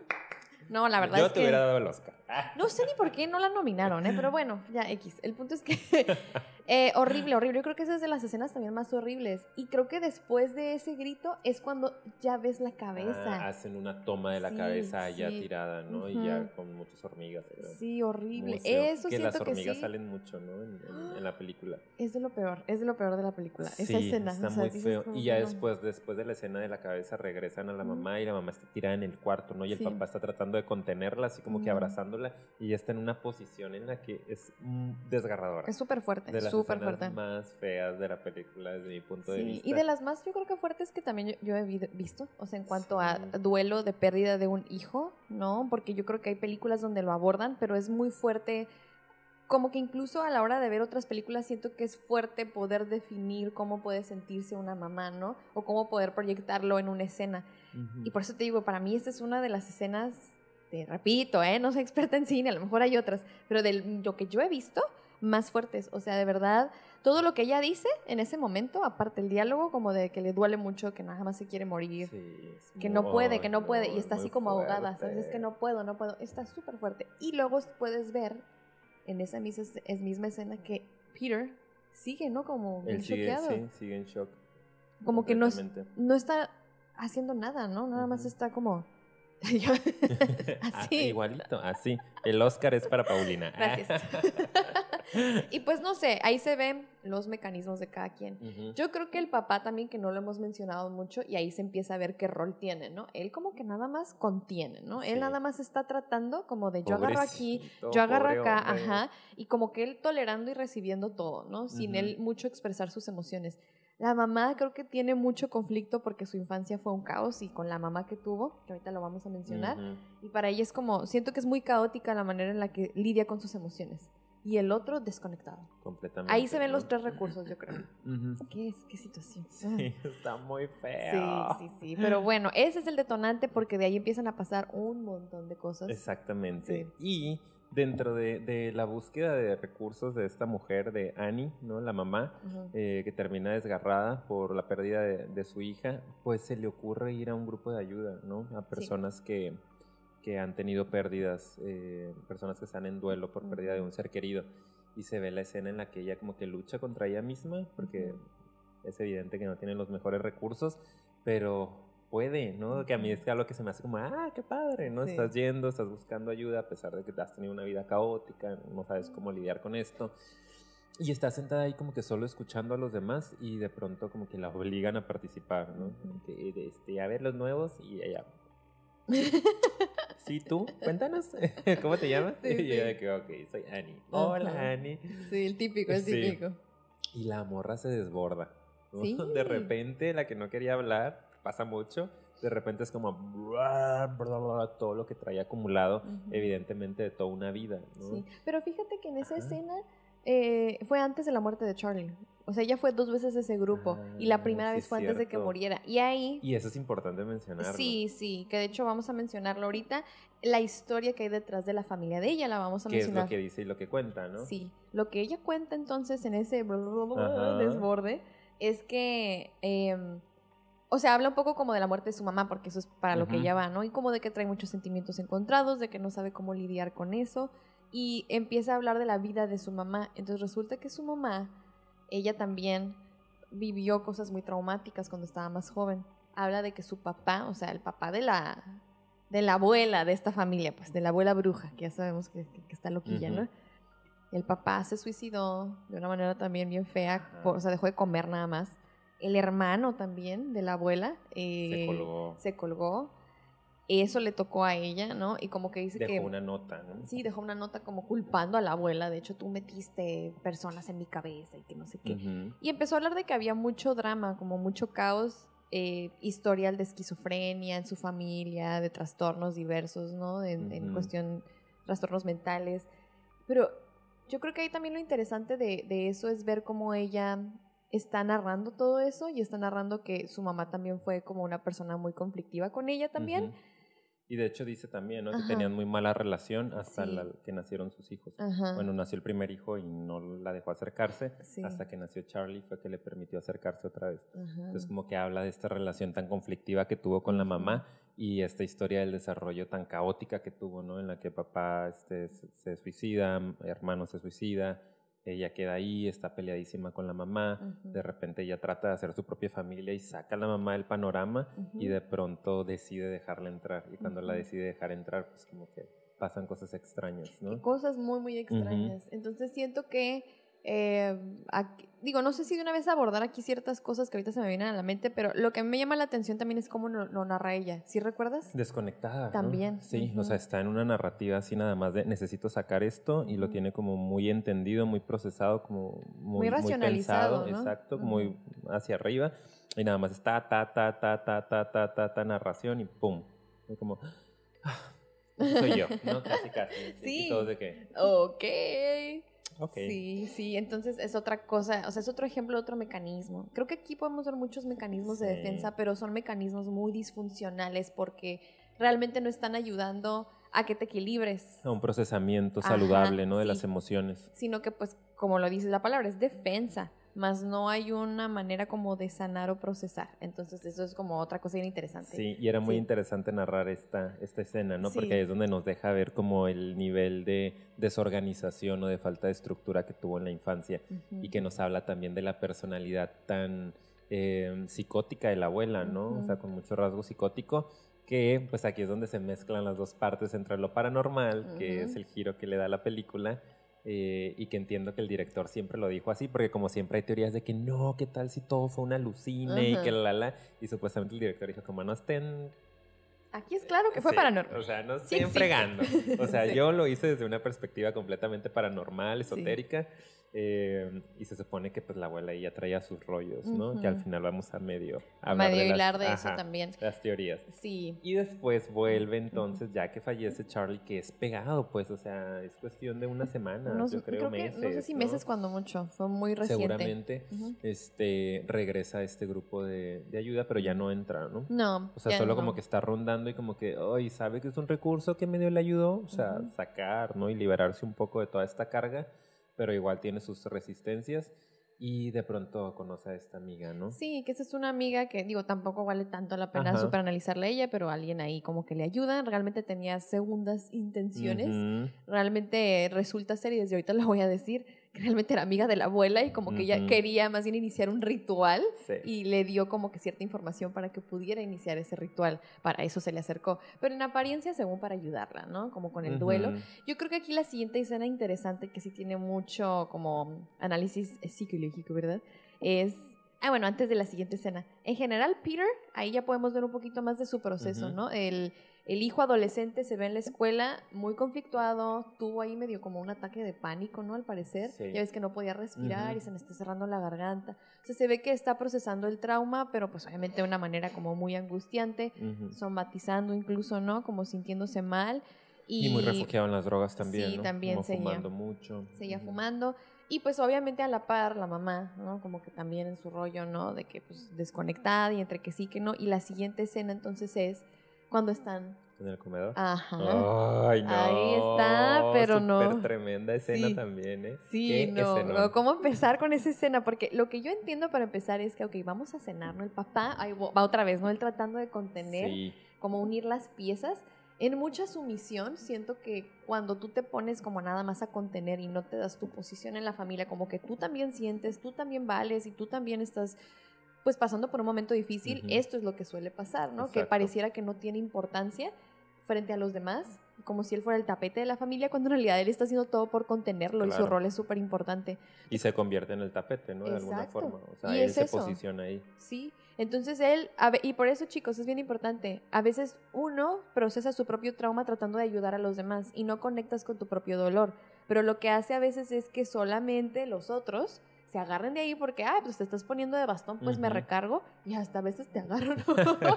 No, la verdad Yo es te que... hubiera dado el Oscar. No sé ni por qué no la nominaron, ¿eh? Pero bueno, ya X. El punto es que eh, horrible, horrible. Yo creo que esa es de las escenas también más horribles. Y creo que después de ese grito es cuando ya ves la cabeza. Ah, hacen una toma de la sí, cabeza ya sí. tirada, ¿no? Uh-huh. Y ya con muchas hormigas. Creo. Sí, horrible. Museo. Eso que siento las hormigas que sí. salen mucho, ¿no? En, en, en la película. Es de lo peor, es de lo peor de la película. Sí, esa escena. está o sea, muy feo. Y ya no. después, después de la escena de la cabeza regresan a la mamá uh-huh. y la mamá está tirada en el cuarto, ¿no? Y el sí. papá está tratando de contenerla, así como uh-huh. que abrazándola. Y ya está en una posición en la que es mm, desgarradora. Es súper fuerte, de las súper escenas fuerte. más feas de la película desde mi punto sí, de vista. Y de las más yo creo que fuertes que también yo, yo he visto, o sea, en cuanto sí. a duelo de pérdida de un hijo, ¿no? Porque yo creo que hay películas donde lo abordan, pero es muy fuerte, como que incluso a la hora de ver otras películas siento que es fuerte poder definir cómo puede sentirse una mamá, ¿no? O cómo poder proyectarlo en una escena. Uh-huh. Y por eso te digo, para mí esta es una de las escenas... Te repito, ¿eh? No soy experta en cine, a lo mejor hay otras, pero de lo que yo he visto, más fuertes. O sea, de verdad, todo lo que ella dice en ese momento, aparte el diálogo, como de que le duele mucho, que nada más se quiere morir, sí, que no puede, que no puede, y está así como fuerte. ahogada, ¿sabes? Es que no puedo, no puedo, está súper fuerte. Y luego puedes ver en esa misma, es misma escena que Peter sigue, ¿no? Como Él sigue, choqueado. Sí, sigue en shock. Como que no, no está haciendo nada, ¿no? Nada uh-huh. más está como... Así. Ah, igualito, así. El Oscar es para Paulina. Gracias. Y pues no sé, ahí se ven los mecanismos de cada quien. Ujú. Yo creo que el papá también, que no lo hemos mencionado mucho, y ahí se empieza a ver qué rol tiene, ¿no? Él como que nada más contiene, ¿no? Sí. Él nada más está tratando como de yo agarro aquí, Pobrecito, yo agarro pobre acá, hombre. ajá, y como que él tolerando y recibiendo todo, ¿no? Sin Ujú. él mucho expresar sus emociones. La mamá creo que tiene mucho conflicto porque su infancia fue un caos, y con la mamá que tuvo, que ahorita lo vamos a mencionar, Ujú. y para ella es como, siento que es muy caótica la manera en la que lidia con sus emociones. Y el otro desconectado. Completamente. Ahí se ven ¿no? los tres recursos, yo creo. Ujú. ¿Qué es? ¿Qué situación? Sí, está muy Sí, feo. sí, sí. Pero bueno, ese es el detonante porque de ahí empiezan a pasar un montón de cosas. Exactamente. Sí. Y dentro de, de la búsqueda de recursos de esta mujer, de Annie, ¿no? La mamá, Ujú. eh, que termina desgarrada por la pérdida de, de su hija, pues se le ocurre ir a un grupo de ayuda, ¿no? A personas que, que han tenido pérdidas, eh, personas que están en duelo por pérdida de un ser querido. Y se ve la escena en la que ella como que lucha contra ella misma, porque Ujú. es evidente que no tiene los mejores recursos, pero puede, ¿no? Que a mí es algo que se me hace como, ah, qué padre, ¿no? Sí. Estás yendo, estás buscando ayuda, a pesar de que has tenido una vida caótica, no sabes cómo lidiar con esto. Y está sentada ahí como que solo escuchando a los demás, y de pronto como que la obligan a participar, ¿no? Como que, este, a ver los nuevos, y ella... Sí, tú, cuéntanos, ¿cómo te llamas? Sí, Y ella sí. de que, ok, soy Annie. Hola, Ajá. Annie. Sí, el típico, el Sí. típico. Y la morra se desborda, ¿no? Sí. De repente, la que no quería hablar, pasa mucho, de repente es como bla, bla, bla, todo lo que traía acumulado, Ujú. evidentemente de toda una vida, ¿no? Sí. Pero fíjate que en esa Ajá. escena eh, fue antes de la muerte de Charlie. O sea, ella fue dos veces a ese grupo. y la Ah, primera sí vez es fue antes de que cierto. muriera. Y ahí... Y eso es importante mencionarlo. Sí, sí, que de hecho vamos a mencionarlo ahorita. La historia que hay detrás de la familia de ella la vamos a Que es mencionar. lo que dice y lo que cuenta, ¿no? Sí, lo que ella cuenta entonces en ese Ajá. desborde es que, eh, o sea, habla un poco como de la muerte de su mamá, porque eso es para lo que Ujú. ella va, ¿no? Y como de que trae muchos sentimientos encontrados, de que no sabe cómo lidiar con eso, y empieza a hablar de la vida de su mamá. Entonces resulta que su mamá, ella también vivió cosas muy traumáticas cuando estaba más joven. Habla de que su papá, o sea, el papá de la, de la abuela de esta familia, pues de la abuela bruja, que ya sabemos que, que- que está loquilla, Ujú. ¿no? El papá se suicidó de una manera también bien fea, Ajá. por- o sea, dejó de comer nada más. El hermano también de la abuela eh, Se colgó. se colgó. Eso le tocó a ella, ¿no? Y como que dice Dejó que... una nota, ¿no? Sí, dejó una nota como culpando a la abuela. De hecho, tú metiste personas en mi cabeza y que no sé qué. Ujú. Y empezó a hablar de que había mucho drama, como mucho caos, eh, historial de esquizofrenia en su familia, de trastornos diversos, ¿no? En, en Ujú. cuestión, trastornos mentales. Pero yo creo que ahí también lo interesante de, de eso es ver cómo ella está narrando todo eso, y está narrando que su mamá también fue como una persona muy conflictiva con ella también. Ujú. Y de hecho dice también, ¿no? Que Ajá. tenían muy mala relación hasta Sí. la- que nacieron sus hijos. Ajá. Bueno, nació el primer hijo y no la dejó acercarse. Sí. Hasta que nació Charlie fue que le permitió acercarse otra vez. Ajá. Entonces como que habla de esta relación tan conflictiva que tuvo con la mamá, y esta historia del desarrollo tan caótica que tuvo, ¿no? En la que papá este, se, se suicida, hermano se suicida, ella queda ahí, está peleadísima con la mamá, Ujú. de repente ella trata de hacer su propia familia y saca a la mamá del panorama, Ujú. y de pronto decide dejarla entrar, y cuando la Ujú. decide dejar entrar, pues como que pasan cosas extrañas, ¿no? Cosas muy, muy extrañas. Entonces siento que, eh, aquí- digo, no sé si de una vez abordar aquí ciertas cosas que ahorita se me vienen a la mente, pero lo que a mí me llama la atención también es cómo lo, lo narra ella. ¿Sí recuerdas? Desconectada, ¿no? También, Sí, ujú. o sea, está en una narrativa así nada más de necesito sacar esto, y lo Ujú. tiene como muy entendido, muy procesado, como muy, Muy racionalizado, pensado, ¿no? exacto, Ujú. muy hacia arriba, y nada más está ta, ta, ta, ta, ta, ta, ta, ta, narración, y pum. Y como, ah, soy yo, ¿no? Casi, casi. Sí. Y todos de que, Ok. ok. Sí, sí, entonces es otra cosa, o sea, es otro ejemplo de otro mecanismo. Creo que aquí podemos ver muchos mecanismos de Sí. defensa, pero son mecanismos muy disfuncionales porque realmente no están ayudando a que te equilibres, A un procesamiento Ajá, saludable, ¿no? De sí. las emociones. sino que pues, como lo dice la palabra, es defensa, más no hay una manera como de sanar o procesar. Entonces eso es como otra cosa bien interesante. Sí, y era muy Sí. interesante narrar esta, esta escena, ¿no? Sí. Porque ahí es donde nos deja ver como el nivel de desorganización o de falta de estructura que tuvo en la infancia, Ujú. y que nos habla también de la personalidad tan eh, psicótica de la abuela, ¿no? O sea, Ujú. con mucho rasgo psicótico, que pues aquí es donde se mezclan las dos partes entre lo paranormal, uh-huh. que es el giro que le da la película, eh, y que entiendo que el director siempre lo dijo así, porque como siempre hay teorías de que no, ¿qué tal si todo fue una alucine? Uh-huh. Y que la, la, la, y supuestamente el director dijo, como no estén... Aquí es claro que fue sí, paranormal. O sea, no sí estén fregando. O sea, sí. yo lo hice desde una perspectiva completamente paranormal, esotérica. Sí. Eh, y se supone que pues la abuela ella traía sus rollos, ¿no? Uh-huh. Que al final vamos a medio hablar medio de las, hilar de ajá, eso también. Las teorías. Sí. Y después vuelve entonces, uh-huh. ya que fallece Charlie, que es pegado, pues, o sea, es cuestión de una semana, no, yo creo, creo meses. Que, no sé si meses ¿no? cuando mucho, fue muy reciente. Seguramente uh-huh. este, regresa a este grupo de, de ayuda, pero ya no entra, ¿no? No. O sea, solo no. como que está rondando y como que, ay, ¿sabe que es un recurso que medio le ayudó? O sea, uh-huh. sacar, ¿no? Y liberarse un poco de toda esta carga, pero igual tiene sus resistencias y de pronto conoce a esta amiga, ¿no? Sí, que esa es una amiga que, digo, tampoco vale tanto la pena superanalizarla a ella, pero alguien ahí como que le ayuda, realmente tenía segundas intenciones, uh-huh. realmente resulta ser, y desde ahorita lo voy a decir, que realmente era amiga de la abuela y como que uh-huh. ella quería más bien iniciar un ritual sí. y le dio como que cierta información para que pudiera iniciar ese ritual, para eso se le acercó, pero en apariencia según para ayudarla, ¿no? Como con el uh-huh. duelo. Yo creo que aquí la siguiente escena interesante que sí tiene mucho como análisis psicológico, ¿verdad? Es... Ah, bueno, antes de la siguiente escena. En general, Peter, ahí ya podemos ver un poquito más de su proceso, uh-huh. ¿no? El... El hijo adolescente se ve en la escuela muy conflictuado, tuvo ahí medio como un ataque de pánico, ¿no? Al parecer, sí. ya ves que no podía respirar uh-huh. y se me está cerrando la garganta. O sea, se ve que está procesando el trauma, pero pues obviamente de una manera como muy angustiante, uh-huh. somatizando incluso, ¿no? Como sintiéndose mal. Y, y muy refugiado en las drogas también, sí, ¿no? también como seguía, fumando mucho. Seguía uh-huh. fumando. Y pues obviamente a la par la mamá, ¿no? Como que también en su rollo, ¿no? De que pues desconectada y entre que sí que no. Y la siguiente escena entonces es... Cuando están... ¿En el comedor? Ajá. Ay, no. Ahí está, pero Súper no. Súper tremenda escena sí. también, ¿eh? Sí, ¿Qué no, no. ¿Cómo empezar con esa escena? Porque lo que yo entiendo para empezar es que, ok, vamos a cenar, ¿no? El papá ahí va otra vez, ¿no? Él tratando de contener, sí. como unir las piezas. En mucha sumisión, siento que cuando tú te pones como nada más a contener y no te das tu posición en la familia, como que tú también sientes, tú también vales y tú también estás... pues pasando por un momento difícil, uh-huh. esto es lo que suele pasar, ¿no? Exacto. Que pareciera que no tiene importancia frente a los demás, como si él fuera el tapete de la familia, cuando en realidad él está haciendo todo por contenerlo claro. y su rol es súper importante. Y se convierte en el tapete, ¿no? De Exacto. alguna forma. O sea, y él es se eso. posiciona ahí. Sí, entonces él, a ver, y por eso chicos, es bien importante, a veces uno procesa su propio trauma tratando de ayudar a los demás y no conectas con tu propio dolor, pero lo que hace a veces es que solamente los otros se agarren de ahí porque, ah, pues te estás poniendo de bastón, pues uh-huh. me recargo y hasta a veces te agarro, ¿no?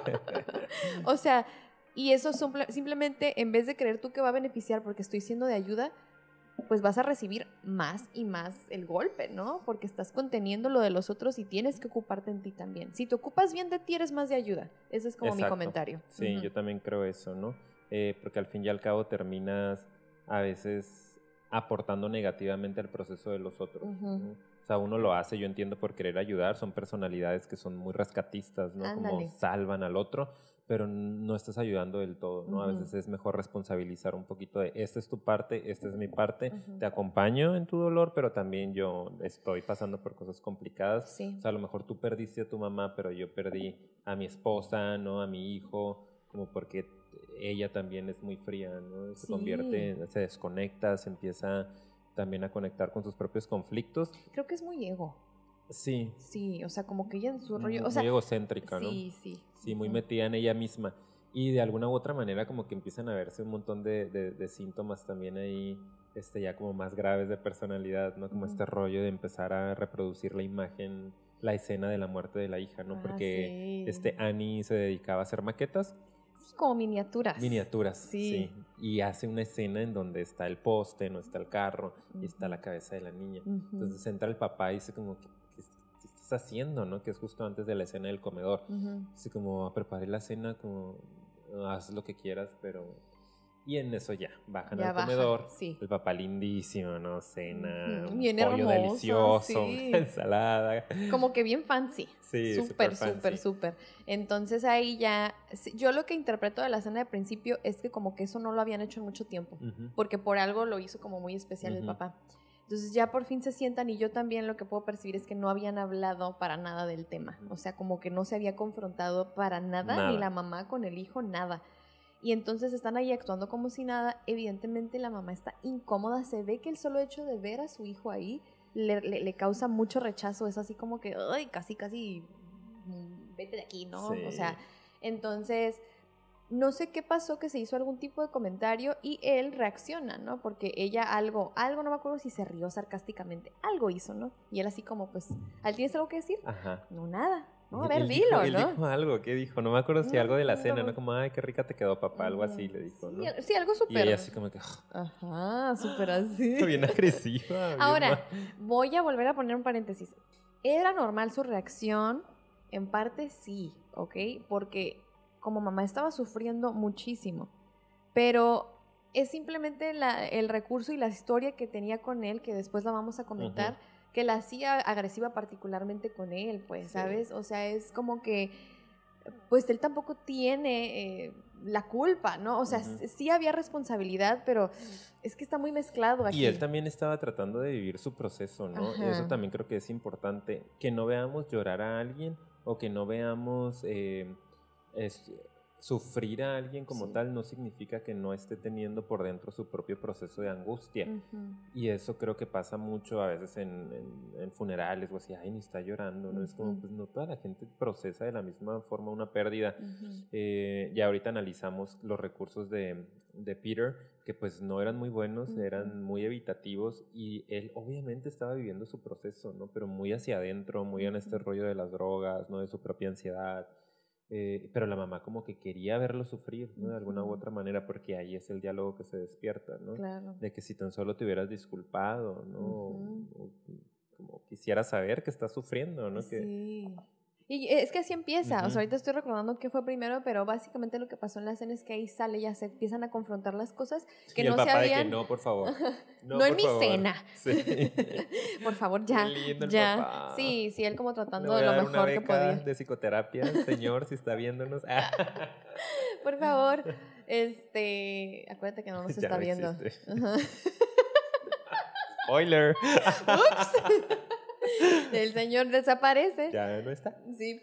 O sea, y eso simple, simplemente en vez de creer tú que va a beneficiar porque estoy siendo de ayuda, pues vas a recibir más y más el golpe, ¿no? Porque estás conteniendo lo de los otros y tienes que ocuparte en ti también. Si te ocupas bien de ti, eres más de ayuda. Ese es como Exacto. mi comentario. Sí, uh-huh. yo también creo eso, ¿no? Eh, porque al fin y al cabo terminas a veces aportando negativamente al proceso de los otros, uh-huh. ¿no? O sea, uno lo hace, yo entiendo, por querer ayudar. Son personalidades que son muy rescatistas, ¿no? Ándale. Como salvan al otro, pero no estás ayudando del todo, ¿no? Uh-huh. A veces es mejor responsabilizar un poquito de, esta es tu parte, esta es mi parte, uh-huh. te acompaño en tu dolor, pero también yo estoy pasando por cosas complicadas. Sí. O sea, a lo mejor tú perdiste a tu mamá, pero yo perdí a mi esposa, ¿no? A mi hijo, como porque ella también es muy fría, ¿no? Se sí. convierte, se desconecta, se empieza... también a conectar con sus propios conflictos. Creo que es muy ego. Sí. Sí, o sea, como que ella en su rollo... Muy, o sea, muy egocéntrica, ¿no? Sí, sí. Sí, muy metida en ella misma. Y de alguna u otra manera como que empiezan a verse un montón de, de, de síntomas también ahí, este, ya como más graves de personalidad, ¿no? Como uh-huh. este rollo de empezar a reproducir la imagen, la escena de la muerte de la hija, ¿no? Ah, Porque sí. este Annie se dedicaba a hacer maquetas. Como miniaturas. Miniaturas, sí. sí. Y hace una escena en donde está el poste, no está el carro, uh-huh. y está la cabeza de la niña. Uh-huh. Entonces entra el papá y dice como, ¿qué, qué, qué estás haciendo? ¿No? Que es justo antes de la escena del comedor. Uh-huh. Dice como, preparé la cena, como, haz lo que quieras, pero... Y en eso ya, bajan ya al bajan, comedor, sí. el papá lindísimo, ¿no? Cena, uh-huh. un bien pollo hermoso, delicioso, sí. una ensalada. Como que bien fancy. Sí, súper, súper, súper. Entonces ahí ya, yo lo que interpreto de la escena de principio es que como que eso no lo habían hecho en mucho tiempo, uh-huh. porque por algo lo hizo como muy especial uh-huh. el papá. Entonces ya por fin se sientan y yo también lo que puedo percibir es que no habían hablado para nada del tema. O sea, como que no se había confrontado para nada, Nada. ni la mamá con el hijo, nada. Y entonces están ahí actuando como si nada. Evidentemente la mamá está incómoda. Se ve que el solo hecho de ver a su hijo ahí le, le, le causa mucho rechazo. Es así como que, ay, casi, casi, mm, vete de aquí, ¿no? Sí. O sea, entonces... No sé qué pasó, que se hizo algún tipo de comentario y él reacciona, ¿no? Porque ella algo, algo, no me acuerdo si se rió sarcásticamente, algo hizo, ¿no? Y él así como, pues, ¿al tienes algo que decir? Ajá. No, nada. No, a Él- ver, él dilo, dijo, ¿no? Él dijo algo, ¿qué dijo? No me acuerdo si No, algo de la no, cena, no. ¿no? Como, ay, qué rica te quedó, papá, algo así le dijo, ¿no? Sí, sí, algo Y súper. ella así como que, Ajá, súper así. bien agresiva. bien Ahora, mal. voy a volver a poner un paréntesis. ¿Era normal su reacción? En parte sí, ¿ok? Porque como mamá estaba sufriendo muchísimo, pero es simplemente la, el recurso y la historia que tenía con él, que después la vamos a comentar, Ujú. que la hacía agresiva particularmente con él, pues, Sí. ¿sabes? O sea, es como que, pues él tampoco tiene eh, la culpa, ¿no? O sea, Ujú. s- sí había responsabilidad, pero es que está muy mezclado aquí. Y él también estaba tratando de vivir su proceso, ¿no? Ajá. Eso también creo que es importante, que no veamos llorar a alguien o que no veamos eh, es- sufrir a alguien como Sí. tal, no significa que no esté teniendo por dentro su propio proceso de angustia. Ujú. Y eso creo que pasa mucho a veces en, en- en funerales o así, ay, ni está llorando, ¿no? Es como, Ujú. pues no toda la gente procesa de la misma forma una pérdida. Ujú. Eh, ya ahorita analizamos los recursos de, de Peter, que pues no eran muy buenos, Ujú. eran muy evitativos y él obviamente estaba viviendo su proceso, ¿no? Pero muy hacia adentro, muy en este Ujú. rollo de las drogas, ¿no? De su propia ansiedad. Eh, pero la mamá como que quería verlo sufrir, ¿no? De alguna u Ujú. otra manera, porque ahí es el diálogo que se despierta, ¿no? Claro. De que si tan solo te hubieras disculpado, ¿no? Ujú. O- o como quisiera saber que estás sufriendo, ¿no? Que, Sí. Y es que así empieza, o Ujú. sea, ahorita estoy recordando qué fue primero, pero básicamente lo que pasó en la escena es que ahí sale, ya se empiezan a confrontar las cosas que y el no se papá de que habían... no, por favor. No, en por mi favor". cena. Sí. Por favor, ya. Qué lindo el ya. papá. Sí, sí, él como Le tratando voy de a lo dar una mejor que beca podía. de psicoterapia, señor, si está viéndonos. Por favor, este, acuérdate que no nos Ya está no viendo. existe. Ajá. Spoiler. El señor desaparece. Ya no está. Sí.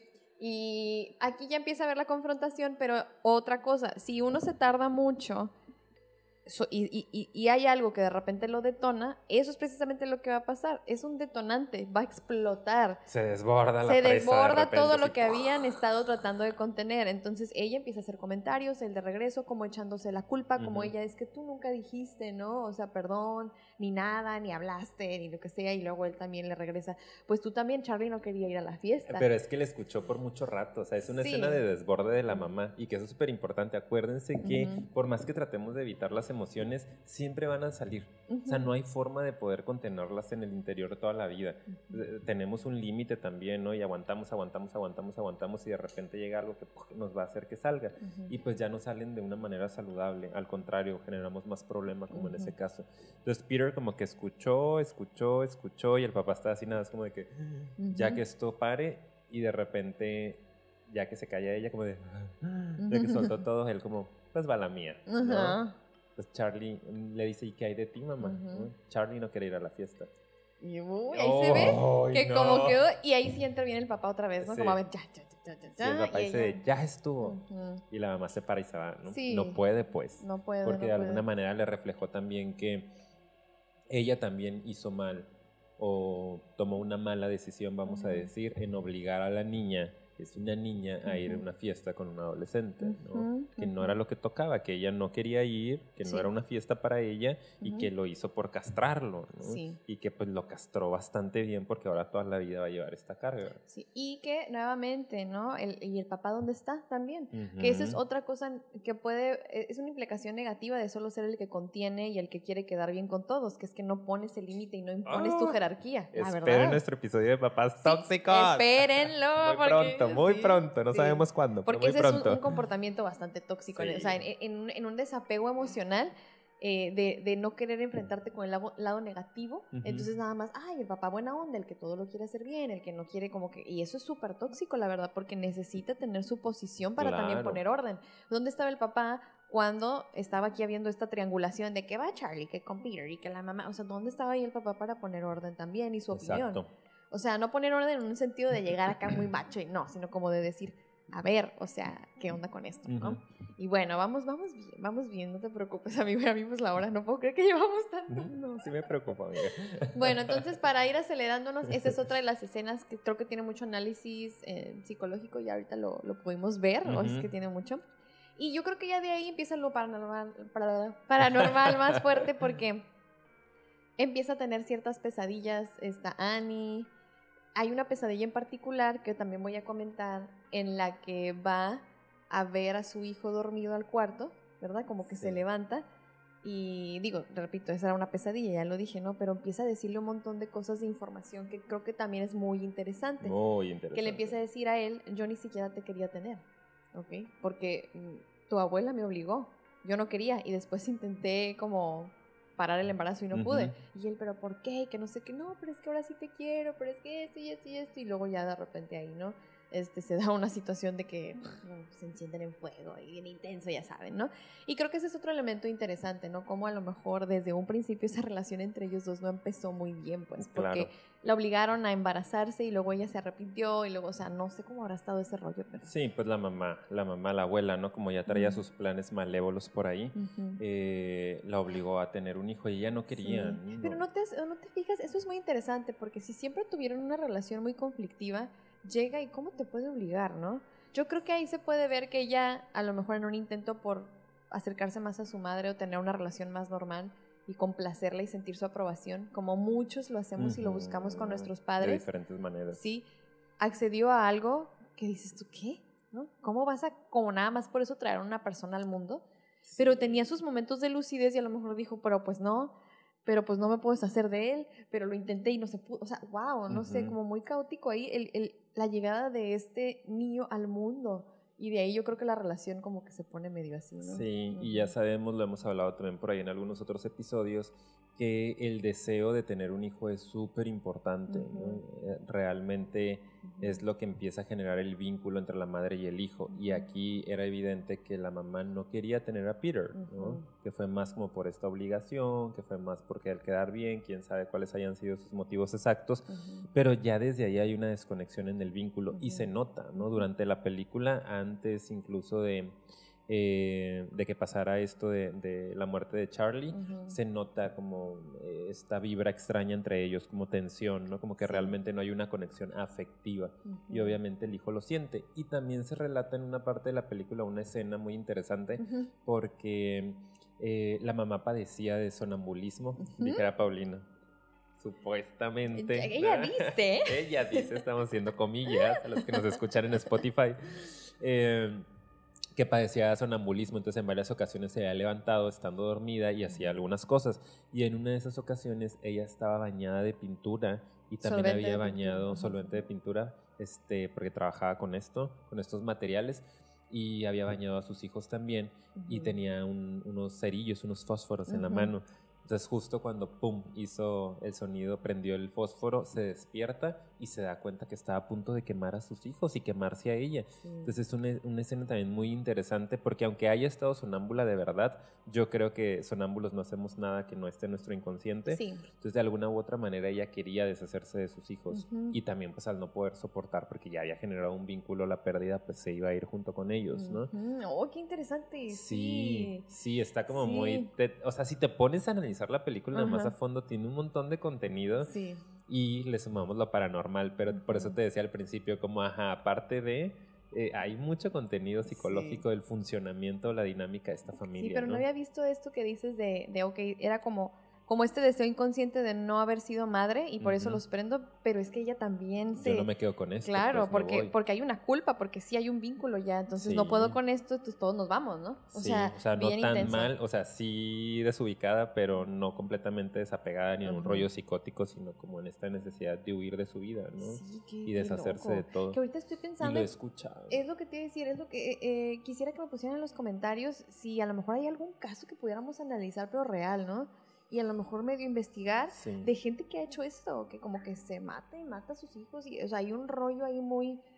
Y aquí ya empieza a ver la confrontación, pero otra cosa, si uno se tarda mucho so- y, y- y- y hay algo que de repente lo detona, eso es precisamente lo que va a pasar. Es un detonante, va a explotar. Se desborda la Se presa de desborda repente, todo así, lo que habían estado tratando de contener. Entonces ella empieza a hacer comentarios, el de regreso, como echándose la culpa, como Ujú. ella, es que tú nunca dijiste, ¿no? O sea, perdón, ni nada, ni hablaste, ni lo que sea. Y luego él también le regresa, pues tú también, Charlie, no quería ir a la fiesta. Pero es que le escuchó por mucho rato, o sea, es una Sí. escena de desborde de la mamá y que eso es súper importante. Acuérdense que Ujú. por más que tratemos de evitar las emociones, siempre van a salir. O sea, Ujú. no hay forma de poder contenerlas en el interior toda la vida. Ujú. Eh, Tenemos un límite también, ¿no? Y aguantamos, aguantamos, aguantamos, aguantamos y de repente llega algo que ¡puf! Nos va a hacer que salga. Ujú. Y pues ya no salen de una manera saludable, al contrario, generamos más problema como en Ujú. ese caso. Entonces Peter como que escuchó, escuchó, escuchó y el papá está así nada, es como de que ya Ujú. que esto pare y de repente ya que se calla ella como de ya que soltó todo, él como pues va la mía, ¿no? Ajá. Pues Charlie mm, le dice, ¿y qué hay de ti, mamá? Ujú. ¿No? Charlie no quiere ir a la fiesta. Y uy, ahí se ve ¡Ay, que no! como quedó, y ahí sí entra bien el papá otra vez, ¿no? Sí. Como a ver, ya, ya, ya, ya, ya. Sí, el papá y dice, ella- ya estuvo. Ujú. Y la mamá se para y se va, ¿no? Sí. No puede, pues. No puede, Porque no de alguna puede. manera le reflejó también que ella también hizo mal o tomó una mala decisión, vamos a Ujú. decir, en obligar a la niña, que es una niña, a ir a Ujú. una fiesta con un adolescente, ¿no? Ujú, Que no ujú. era lo que tocaba, que ella no quería ir, que Sí. no era una fiesta para ella y Ujú. que lo hizo por castrarlo, ¿no? Sí. Y que pues lo castró bastante bien porque ahora toda la vida va a llevar esta carga. Sí, y que nuevamente, ¿no? El, y el papá, ¿dónde está? También. Que esa es Ujú. otra cosa que puede, es una implicación negativa de solo ser el que contiene y el que quiere quedar bien con todos, que es que no pones el límite y no impones tu Ah, jerarquía, la Esperen verdad. nuestro episodio de papás Sí, tóxicos. espérenlo. Muy porque- pronto, muy sí, pronto. No sí. sabemos cuándo, pero Porque muy ese es un, pronto. un comportamiento bastante tóxico. Sí. O sea, en, en un- en un desapego emocional eh, de, de no querer enfrentarte con el lado, lado negativo. Ujú. Entonces nada más, ay, el papá buena onda, el que todo lo quiere hacer bien, el que no quiere como que... Y eso es súper tóxico, la verdad, porque necesita tener su posición para también Claro. poner orden. ¿Dónde estaba el papá cuando estaba aquí habiendo esta triangulación de que va Charlie, que con Peter y que la mamá, o sea, ¿dónde estaba ahí el papá para poner orden también y su Exacto. opinión? O sea, no poner orden en un sentido de llegar acá muy macho y no, sino como de decir, a ver, o sea, ¿qué onda con esto, no? Ujú. Y bueno, vamos, vamos bien, vamos bien, no te preocupes, amigo, ya vimos la hora, no puedo creer que llevamos tanto. No, sí me preocupa, amiga. Bueno, entonces para ir acelerándonos, esa es otra de las escenas que creo que tiene mucho análisis eh, psicológico y ahorita lo, lo pudimos ver, o es Ujú. que tiene mucho. Y yo creo que ya de ahí empieza lo paranormal, para- paranormal más fuerte porque empieza a tener ciertas pesadillas, está Annie. Hay una pesadilla en particular que también voy a comentar en la que va a ver a su hijo dormido al cuarto, ¿verdad? Como que Sí. se levanta y digo, repito, esa era una pesadilla, ya lo dije, ¿no? Pero empieza a decirle un montón de cosas de información que creo que también es muy interesante. Muy interesante. Que le empieza a decir a él, yo ni siquiera te quería tener, ¿ok? Porque mm, tu abuela me obligó, yo no quería y después intenté como parar el embarazo y no Ujú. pude. Y él, pero ¿por qué? Que no sé qué, no, pero es que ahora sí te quiero, pero es que esto y esto y esto. Y luego ya de repente ahí, ¿no? Este, se da una situación de que uf, se encienden en fuego y bien intenso, ya saben, ¿no? Y creo que ese es otro elemento interesante, ¿no? Como a lo mejor desde un principio esa relación entre ellos dos no empezó muy bien, pues, porque Claro. la obligaron a embarazarse y luego ella se arrepintió y luego, o sea, no sé cómo habrá estado ese rollo, pero... Sí, pues la mamá, la mamá, la abuela, ¿no? Como ya traía Ujú. sus planes malévolos por ahí, Ujú. eh, la obligó a tener un hijo y ella no quería. Sí. Pero no te, no te fijas, eso es muy interesante porque si siempre tuvieron una relación muy conflictiva, llega y cómo te puede obligar, ¿no? Yo creo que ahí se puede ver que ella, a lo mejor en un intento por acercarse más a su madre o tener una relación más normal y complacerla y sentir su aprobación, como muchos lo hacemos y lo buscamos con nuestros De padres, diferentes maneras. sí, accedió a algo que dices tú, ¿qué? ¿No? ¿Cómo vas a, como nada más por eso, traer a una persona al mundo? Pero tenía sus momentos de lucidez y a lo mejor dijo, pero pues no, pero pues no me puedo deshacer de él, pero lo intenté y no se pudo, o sea, wow, no sé, Ujú. como muy caótico ahí el, el, la llegada de este niño al mundo y de ahí yo creo que la relación como que se pone medio así, ¿no? Sí, y Ujú. ya sabemos, lo hemos hablado también por ahí en algunos otros episodios, que el deseo de tener un hijo es súper importante, ¿no? Ujú. Eh, Realmente Ujú. es lo que empieza a generar el vínculo entre la madre y el hijo. Y Ujú. aquí era evidente que la mamá no quería tener a Peter, ¿no? Ujú. Que fue más como por esta obligación, que fue más por querer quedar bien, quién sabe cuáles hayan sido sus motivos exactos. Ujú. Pero ya desde ahí hay una desconexión en el vínculo y Ujú. se nota, ¿no? Ujú. Durante la película, antes incluso de, eh, de que pasara esto de, de la muerte de Charlie, Ujú. se nota como eh, esta vibra extraña entre ellos, como tensión, ¿no? Como que Sí. realmente no hay una conexión afectiva y Ujú. obviamente el hijo lo siente. Y también se relata en una parte de la película una escena muy interesante Ujú. porque eh, la mamá padecía de sonambulismo, Ujú. dijera Paulina. Supuestamente. Ella ¿no? dice. Ella dice, estamos haciendo comillas a los que nos escuchan en Spotify, eh, que padecía sonambulismo, entonces en varias ocasiones se había levantado estando dormida y hacía algunas cosas. Y en una de esas ocasiones ella estaba bañada de pintura y también Solvente había de bañado pintura, ajá. solvente de pintura, este, porque trabajaba con esto, con estos materiales. Y había bañado a sus hijos también y Ujú. tenía un- unos cerillos, unos fósforos en la Ujú. mano. Entonces justo cuando pum hizo el sonido, prendió el fósforo, se despierta y se da cuenta que estaba a punto de quemar a sus hijos y quemarse a ella. Sí. Entonces es una, una escena también muy interesante porque aunque haya estado sonámbula de verdad, yo creo que sonámbulos no hacemos nada que no esté en nuestro inconsciente. Sí. Entonces de alguna u otra manera ella quería deshacerse de sus hijos. Ujú. Y también pues al no poder soportar porque ya había generado un vínculo la pérdida, pues se iba a ir junto con ellos, ¿no? Ujú. Oh, qué interesante. Sí, Sí. sí, está como Sí. muy... te- o sea, si te pones a analizar la película nada más Ajá. a fondo, tiene un montón de contenido Sí. y le sumamos lo paranormal, pero por eso Ujú. te decía al principio, como, ajá, aparte de... eh, hay mucho contenido psicológico del funcionamiento, la dinámica de esta familia, Sí, pero no ¿no? había visto esto que dices de, de ok, era como, como este deseo inconsciente de no haber sido madre y por eso Ujú. los prendo, pero es que ella también se... Yo no me quedo con esto. Claro, pues, me porque, voy. porque hay una culpa, porque sí hay un vínculo ya, entonces Sí. no puedo con esto, entonces todos nos vamos, ¿no? O Sí, sea, no bien tan intenso. mal, o sea, sí desubicada, pero no completamente desapegada ni en un Ujú. rollo psicótico, sino como en esta necesidad de huir de su vida, ¿no? Sí, qué- y qué deshacerse loco. de todo. Que ahorita estoy Y pensando, lo he escuchado. es lo que te iba a decir, es lo que eh, eh, quisiera que me pusieran en los comentarios si a lo mejor hay algún caso que pudiéramos analizar, pero real, ¿no? Y a lo mejor medio investigar Sí. de gente que ha hecho esto, que como que se mata y mata a sus hijos. Y, o sea, hay un rollo ahí muy,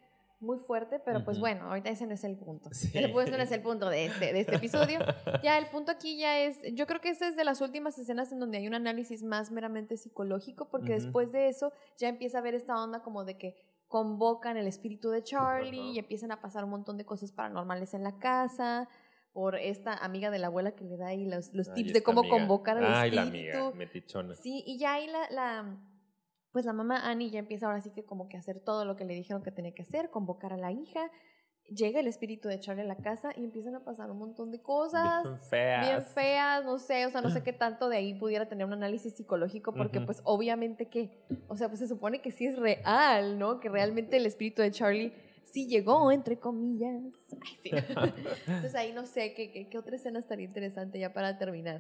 muy fuerte, pero uh-huh. pues bueno, ahorita ese no es el punto. Sí. El, pues no es el punto de este, de este episodio. Ya el punto aquí ya es, yo creo que esta es de las últimas escenas en donde hay un análisis más meramente psicológico, porque uh-huh. después de eso ya empieza a ver esta onda como de que convocan el espíritu de Charlie uh-huh. y empiezan a pasar un montón de cosas paranormales en la casa, por esta amiga de la abuela que le da ahí los, los Ay, tips de cómo amiga. convocar al Ay, espíritu. la amiga, metichona. Sí, y ya ahí la, la, pues la mamá Annie ya empieza ahora sí que como que hacer todo lo que le dijeron que tenía que hacer, convocar a la hija. Llega el espíritu de Charlie a la casa y empiezan a pasar un montón de cosas. Bien feas. Bien feas, no sé, o sea, no sé qué tanto de ahí pudiera tener un análisis psicológico, porque uh-huh. pues obviamente que, o sea, pues se supone que sí es real, ¿no? Que realmente el espíritu de Charlie sí llegó, entre comillas. Ay, sí. Entonces ahí no sé, ¿qué, qué, qué otra escena estaría interesante ya para terminar?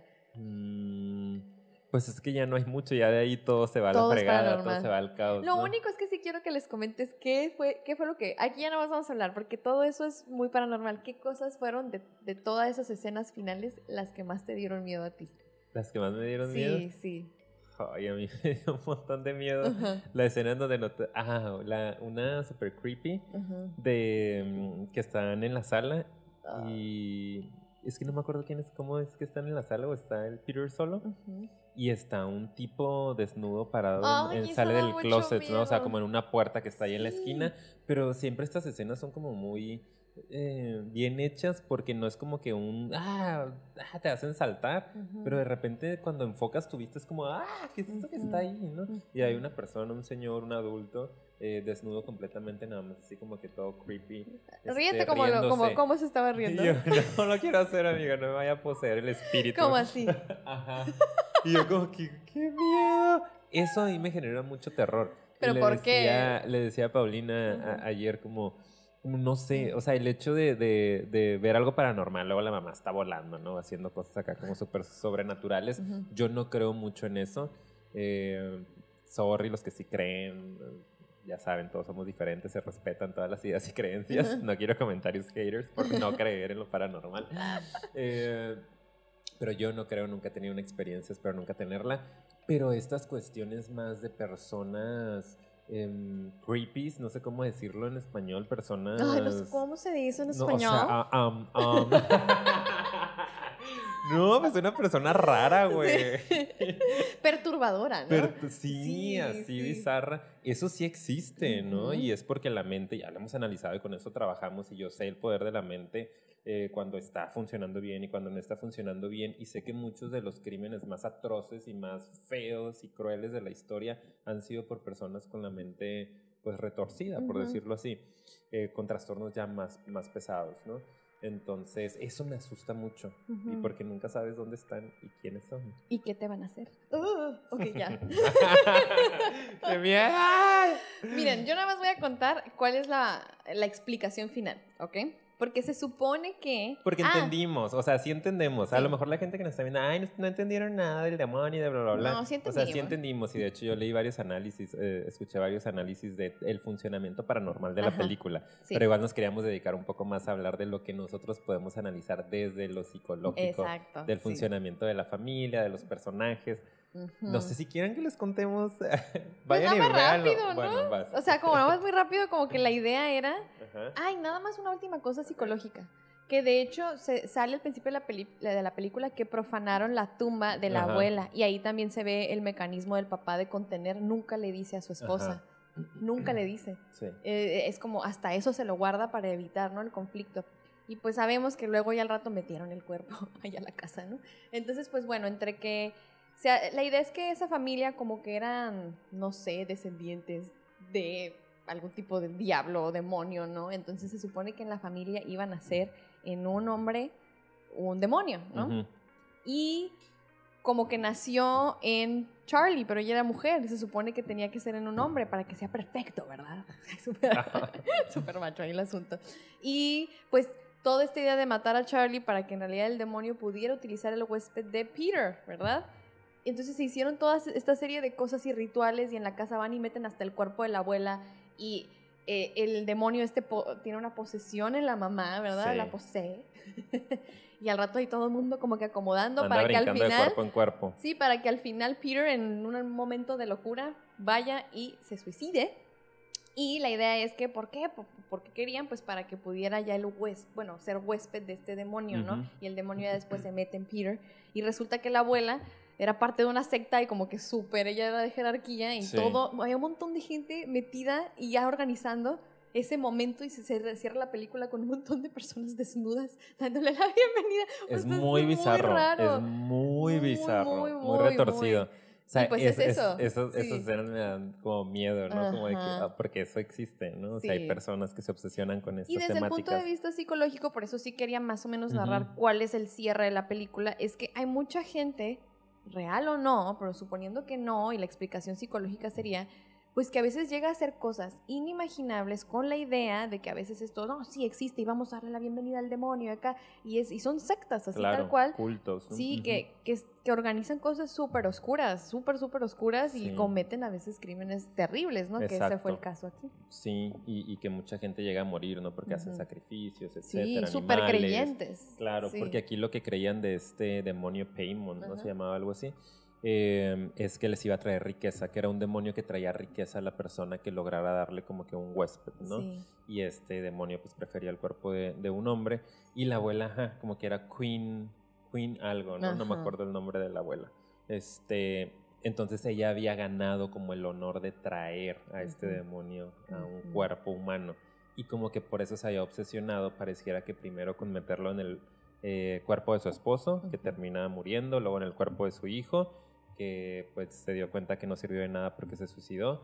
Mm, pues es que ya no hay mucho, ya de ahí todo se va a todo la fregada, todo se va al caos. Lo ¿no? único es que sí quiero que les comentes qué fue, qué fue lo que... Aquí ya no vamos a hablar, porque todo eso es muy paranormal. ¿Qué cosas fueron de, de todas esas escenas finales las que más te dieron miedo a ti? ¿Las que más me dieron sí, miedo? Sí, sí. Ay, a mí me dio un montón de miedo. Uh-huh. La escena en donde no te... Ah, la, una super creepy uh-huh. de um, que están en la sala uh. y es que no me acuerdo quién es, cómo es que están en la sala o está el Peter solo uh-huh. y está un tipo desnudo parado Ay, en, en sale del closet, miedo. ¿no? O sea, como en una puerta que está ahí sí. en la esquina, pero siempre estas escenas son como muy... Eh, bien hechas porque no es como que un ah, ah te hacen saltar uh-huh. pero de repente cuando enfocas tu vista es como ah ¿qué es eso uh-huh. que está ahí? ¿no? Uh-huh. Y hay una persona, un señor, un adulto eh, desnudo completamente, nada más así como que todo creepy ríete este, como, lo, como, como se estaba riendo. Yo no lo quiero hacer, amiga, no me vaya a poseer el espíritu. ¿Cómo así? Ajá. Y yo como que qué miedo, eso a mí me genera mucho terror. ¿Pero por decía, qué? Le decía a Paulina uh-huh. a, ayer como no sé, o sea, el hecho de, de, de ver algo paranormal, luego la mamá está volando, ¿no? Haciendo cosas acá como súper sobrenaturales. Uh-huh. Yo no creo mucho en eso. Eh, sorry los que sí creen. Ya saben, todos somos diferentes, se respetan todas las ideas y creencias. Uh-huh. No quiero comentarios haters por no creer en lo paranormal. Eh, pero yo no creo, nunca he tenido una experiencia, espero nunca tenerla. Pero estas cuestiones más de personas... Um, creepies, no sé cómo decirlo en español, personas... Ay, no sé cómo se dice en español. No, o sea, uh, um, um. No, pues una persona rara, güey. Sí. Perturbadora, ¿no? Per sí, sí, así sí. bizarra. Eso sí existe, ¿no? Uh-huh. Y es porque la mente, ya lo hemos analizado y con eso trabajamos, y yo sé el poder de la mente eh, cuando está funcionando bien y cuando no está funcionando bien, y sé que muchos de los crímenes más atroces y más feos y crueles de la historia han sido por personas con la mente pues retorcida, uh-huh. por decirlo así, eh, con trastornos ya más, más pesados, ¿no? Entonces, eso me asusta mucho. Uh-huh. Y porque nunca sabes dónde están y quiénes son. ¿Y qué te van a hacer? Uh, ok, ya. ¡Qué miedo! Miren, yo nada más voy a contar cuál es la, la explicación final, ¿ok? Porque se supone que... Porque ah, entendimos, o sea, sí entendemos. Sí. A lo mejor la gente que nos está viendo, ay, no, no entendieron nada del demonio y de bla, bla, bla. No, sí entendimos. O sea, sí entendimos. Y de hecho yo leí varios análisis, eh, escuché varios análisis del funcionamiento paranormal de la Ajá. película. Sí. Pero igual nos queríamos dedicar un poco más a hablar de lo que nosotros podemos analizar desde lo psicológico. Exacto, del funcionamiento sí. de la familia, de los personajes. Uh-huh. No sé si quieren que les contemos. Vayan pues y véanlo. Rápido, ¿no? Bueno, vas. O sea, como nada más muy rápido, como que la idea era... Ajá. Ay, nada más una última cosa psicológica. Que de hecho se, sale al principio de la, peli, de la película que profanaron la tumba de la Ajá. abuela. Y ahí también se ve el mecanismo del papá de contener. Nunca le dice a su esposa. Ajá. Nunca le dice. Sí. Eh, es como hasta eso se lo guarda para evitar, ¿no? El conflicto. Y pues sabemos que luego ya al rato metieron el cuerpo allá a la casa, ¿no? Entonces, pues bueno, entre que... O sea, la idea es que esa familia como que eran, no sé, descendientes de algún tipo de diablo o demonio, ¿no? Entonces se supone que en la familia iban a ser en un hombre un demonio, ¿no? Uh-huh. Y como que nació en Charlie, pero ella era mujer y se supone que tenía que ser en un hombre para que sea perfecto, ¿verdad? Súper super macho ahí el asunto. Y pues toda esta idea de matar a Charlie para que en realidad el demonio pudiera utilizar el huésped de Peter, ¿verdad? Entonces se hicieron toda esta serie de cosas y rituales y en la casa van y meten hasta el cuerpo de la abuela y eh, el demonio este tiene una posesión en la mamá, ¿verdad? Sí. La posee. Y al rato hay todo el mundo como que acomodando Anda para que al final... de cuerpo en cuerpo. Sí, para que al final Peter en un momento de locura vaya y se suicide Y la idea es que, ¿por qué? ¿Por, por qué querían? Pues para que pudiera ya el huésped, bueno, ser huésped de este demonio, ¿no? Ujú. Y el demonio ya después se mete en Peter. Y resulta que la abuela era parte de una secta y como que súper, ella era de jerarquía y Sí. todo, había un montón de gente metida y ya organizando ese momento y se, se cierra la película con un montón de personas desnudas dándole la bienvenida. O Es sea, muy bizarro, raro. es muy, Muy, bizarro, muy, muy, muy, retorcido. muy. O sea, Y pues es eso, esos- sí. Esas escenas me dan como miedo, ¿no? Como de que, Ajá. ah, porque eso existe, ¿no? O sea, hay Sí. personas que se obsesionan con estas Y desde temáticas. el punto de vista psicológico, por eso sí quería más o menos Ujú. narrar cuál es el cierre de la película, es que hay mucha gente, real o no, pero suponiendo que no, y la explicación psicológica sería, pues que a veces llega a hacer cosas inimaginables con la idea de que a veces esto, no, sí existe y vamos a darle la bienvenida al demonio acá, y, es, y son sectas así Claro, tal cual. cultos. ¿no? Sí, Ujú. que, que, que organizan cosas súper oscuras, súper, súper oscuras y Sí. cometen a veces crímenes terribles, ¿no? Que ese Exacto. fue el caso aquí. Sí, y, y que mucha gente llega a morir, ¿no? Porque hacen Ujú. sacrificios, Sí, etcétera, súper animales. creyentes. Claro, Sí. porque aquí lo que creían de este demonio Paimon, ¿no? Ajá. Se llamaba algo así. eh, es que les iba a traer riqueza, que era un demonio que traía riqueza a la persona que lograra darle como que un huésped, ¿no? Sí. Y este demonio pues prefería el cuerpo de, de un hombre. Y la abuela, ajá, como que era Queen, Queen algo, ¿no? No me Ajá. acuerdo el nombre de la abuela. Este, entonces ella había ganado como el honor de traer a este Ujú. demonio a un Ujú. cuerpo humano. Y como que por eso se había obsesionado, pareciera que primero con meterlo en el eh, cuerpo de su esposo, que Ujú. termina muriendo, luego en el cuerpo de su hijo, que pues se dio cuenta que no sirvió de nada porque se suicidó,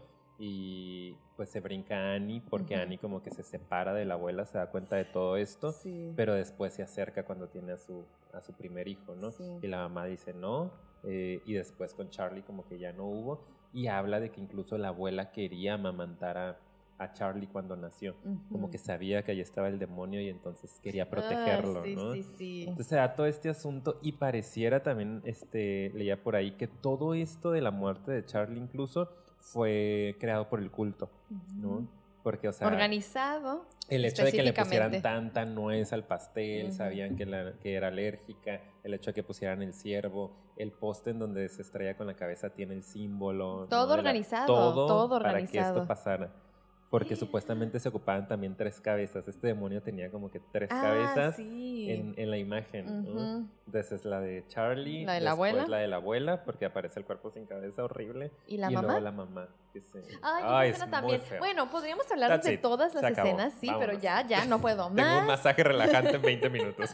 y pues se brinca a Annie porque Ujú. Annie como que se separa de la abuela, se da cuenta de todo esto, Sí. pero después se acerca cuando tiene a su, a su primer hijo, ¿no? Sí. Y la mamá dice no, eh, y después con Charlie como que ya no hubo, y habla de que incluso la abuela quería amamantar a, a Charlie cuando nació, como Ujú. que sabía que ahí estaba el demonio y entonces quería protegerlo, Ah, sí, ¿no? sí, sí. Entonces se da todo este asunto y pareciera también, este, leía por ahí que todo esto de la muerte de Charlie incluso fue creado por el culto, ¿no? Ujú. Porque, o sea, Organizado. el hecho de que le pusieran específicamente. tanta nuez al pastel, Ujú. sabían que, la- que era alérgica, el hecho de que pusieran el ciervo, el poste en donde se estrella con la cabeza tiene el símbolo. Todo ¿no? de la- organizado, todo, todo para que organizado. esto pasara. Porque supuestamente se ocupaban también tres cabezas. Este demonio tenía como que tres Ah, cabezas sí. en, en la imagen, ¿no? Ujú. Entonces es la de Charlie, La de la después abuela. la de la abuela, porque aparece el cuerpo sin cabeza horrible. ¿Y la y mamá? luego la mamá. Que se... Ay, Ay, esa es escena muy también. feo. Bueno, podríamos hablar That's de it. todas las Se acabó. escenas, sí, pero Vámonos. ya, ya, no puedo Tengo un más. masaje relajante en veinte minutos.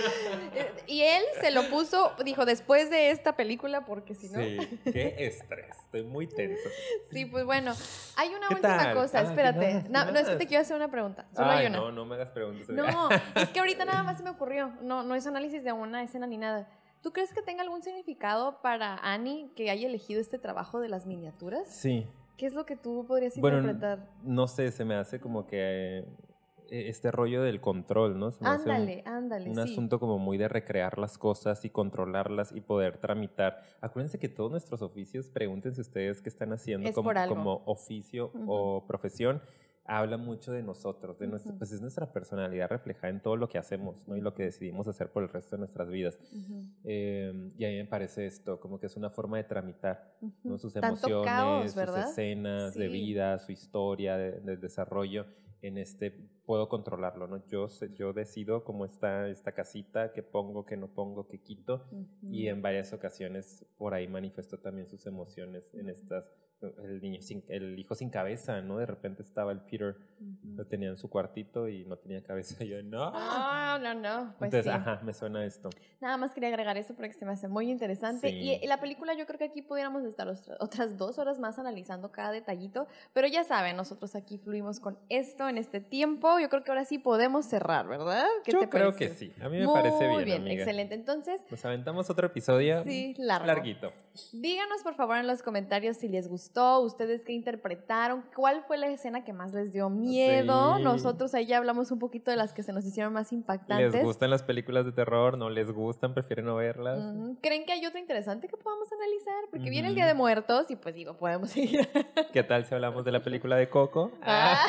Eh, Y él se lo puso, dijo, después de esta película, porque si no... Sí, qué estrés. Estoy muy tenso. Sí, pues bueno, hay una ¿Qué última tal? cosa, Ah, ¿qué espérate. más? ¿Qué No, no, es que más? te quiero hacer una pregunta. Solo Ay, hay una. no, no me hagas preguntas. No, es que ahorita nada más se me ocurrió. No, no es análisis de una escena ni nada. ¿Tú crees que tenga algún significado para Annie que haya elegido este trabajo de las miniaturas? Sí. ¿Qué es lo que tú podrías Bueno, interpretar? no sé, se me hace como que eh, este rollo del control, ¿no? Se me hace un- Ándale, ándale, Un sí. asunto como muy de recrear las cosas y controlarlas y poder tramitar. Acuérdense que todos nuestros oficios, pregúntense ustedes qué están haciendo Es como, por algo. como oficio Ujú. o profesión, habla mucho de nosotros, de nuestra, Ujú. pues es nuestra personalidad reflejada en todo lo que hacemos, ¿no? Y lo que decidimos hacer por el resto de nuestras vidas. Ujú, Eh, y a mí me parece esto, como que es una forma de tramitar, ¿no? ujú. Sus Tanto emociones, caos, sus ¿verdad? escenas de Sí. vida, su historia de, de desarrollo. En este puedo controlarlo, ¿no? Yo, sé- yo decido cómo está esta casita, qué pongo, qué no pongo, qué quito. Ujú. Y en varias ocasiones por ahí manifestó también sus emociones en estas, el niño sin, el hijo sin cabeza, ¿no? De repente estaba el Peter, Ujú. lo tenía en su cuartito y no tenía cabeza. Y yo, no. No, no, no. Pues Entonces, sí. ajá, me suena esto. Nada más quería agregar eso porque se me hace muy interesante. Sí. Y, y la película yo creo que aquí pudiéramos estar otra- otras dos horas más analizando cada detallito, pero ya saben, nosotros aquí fluimos con esto en este tiempo. Yo creo que ahora sí podemos cerrar, ¿verdad? ¿Qué Yo te creo parece? que sí. A mí me Muy parece bien, bien, amiga. excelente. Entonces, Nos aventamos otro episodio sí, largo. larguito. Díganos por favor en los comentarios si les gustó, ustedes qué interpretaron, cuál fue la escena que más les dio miedo. Sí. Nosotros ahí ya hablamos un poquito de las que se nos hicieron más impactantes. ¿Les gustan las películas de terror? ¿No les gustan? ¿Prefieren no verlas? Ujú. ¿Creen que hay otra interesante que podamos analizar? Porque viene el Ujú. Día de Muertos y pues digo, podemos seguir. ¿Qué tal si hablamos de la película de Coco? Ah.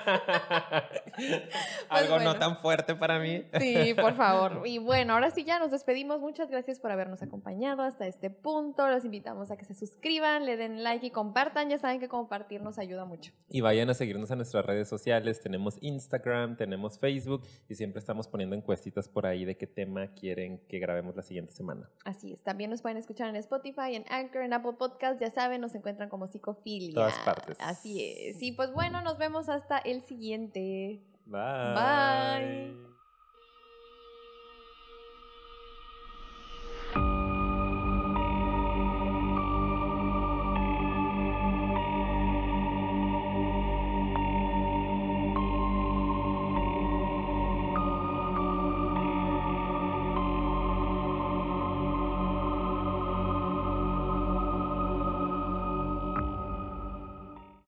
Algo bueno. no tan fuerte para mí. Sí, por favor. Y bueno, ahora sí ya nos despedimos. Muchas gracias por habernos acompañado hasta este punto. Los los invitamos a que se suscriban, le den like y compartan. Ya saben que compartir nos ayuda mucho. Y vayan a seguirnos a nuestras redes sociales. Tenemos Instagram, tenemos Facebook y siempre estamos poniendo encuestitas por ahí de qué tema quieren que grabemos la siguiente semana. Así es. También nos pueden escuchar en Spotify, en Anchor, en Apple Podcast. Ya saben, nos encuentran como Psicofilia. Todas partes. Así es. Y pues bueno, nos vemos hasta el siguiente. Bye. Bye.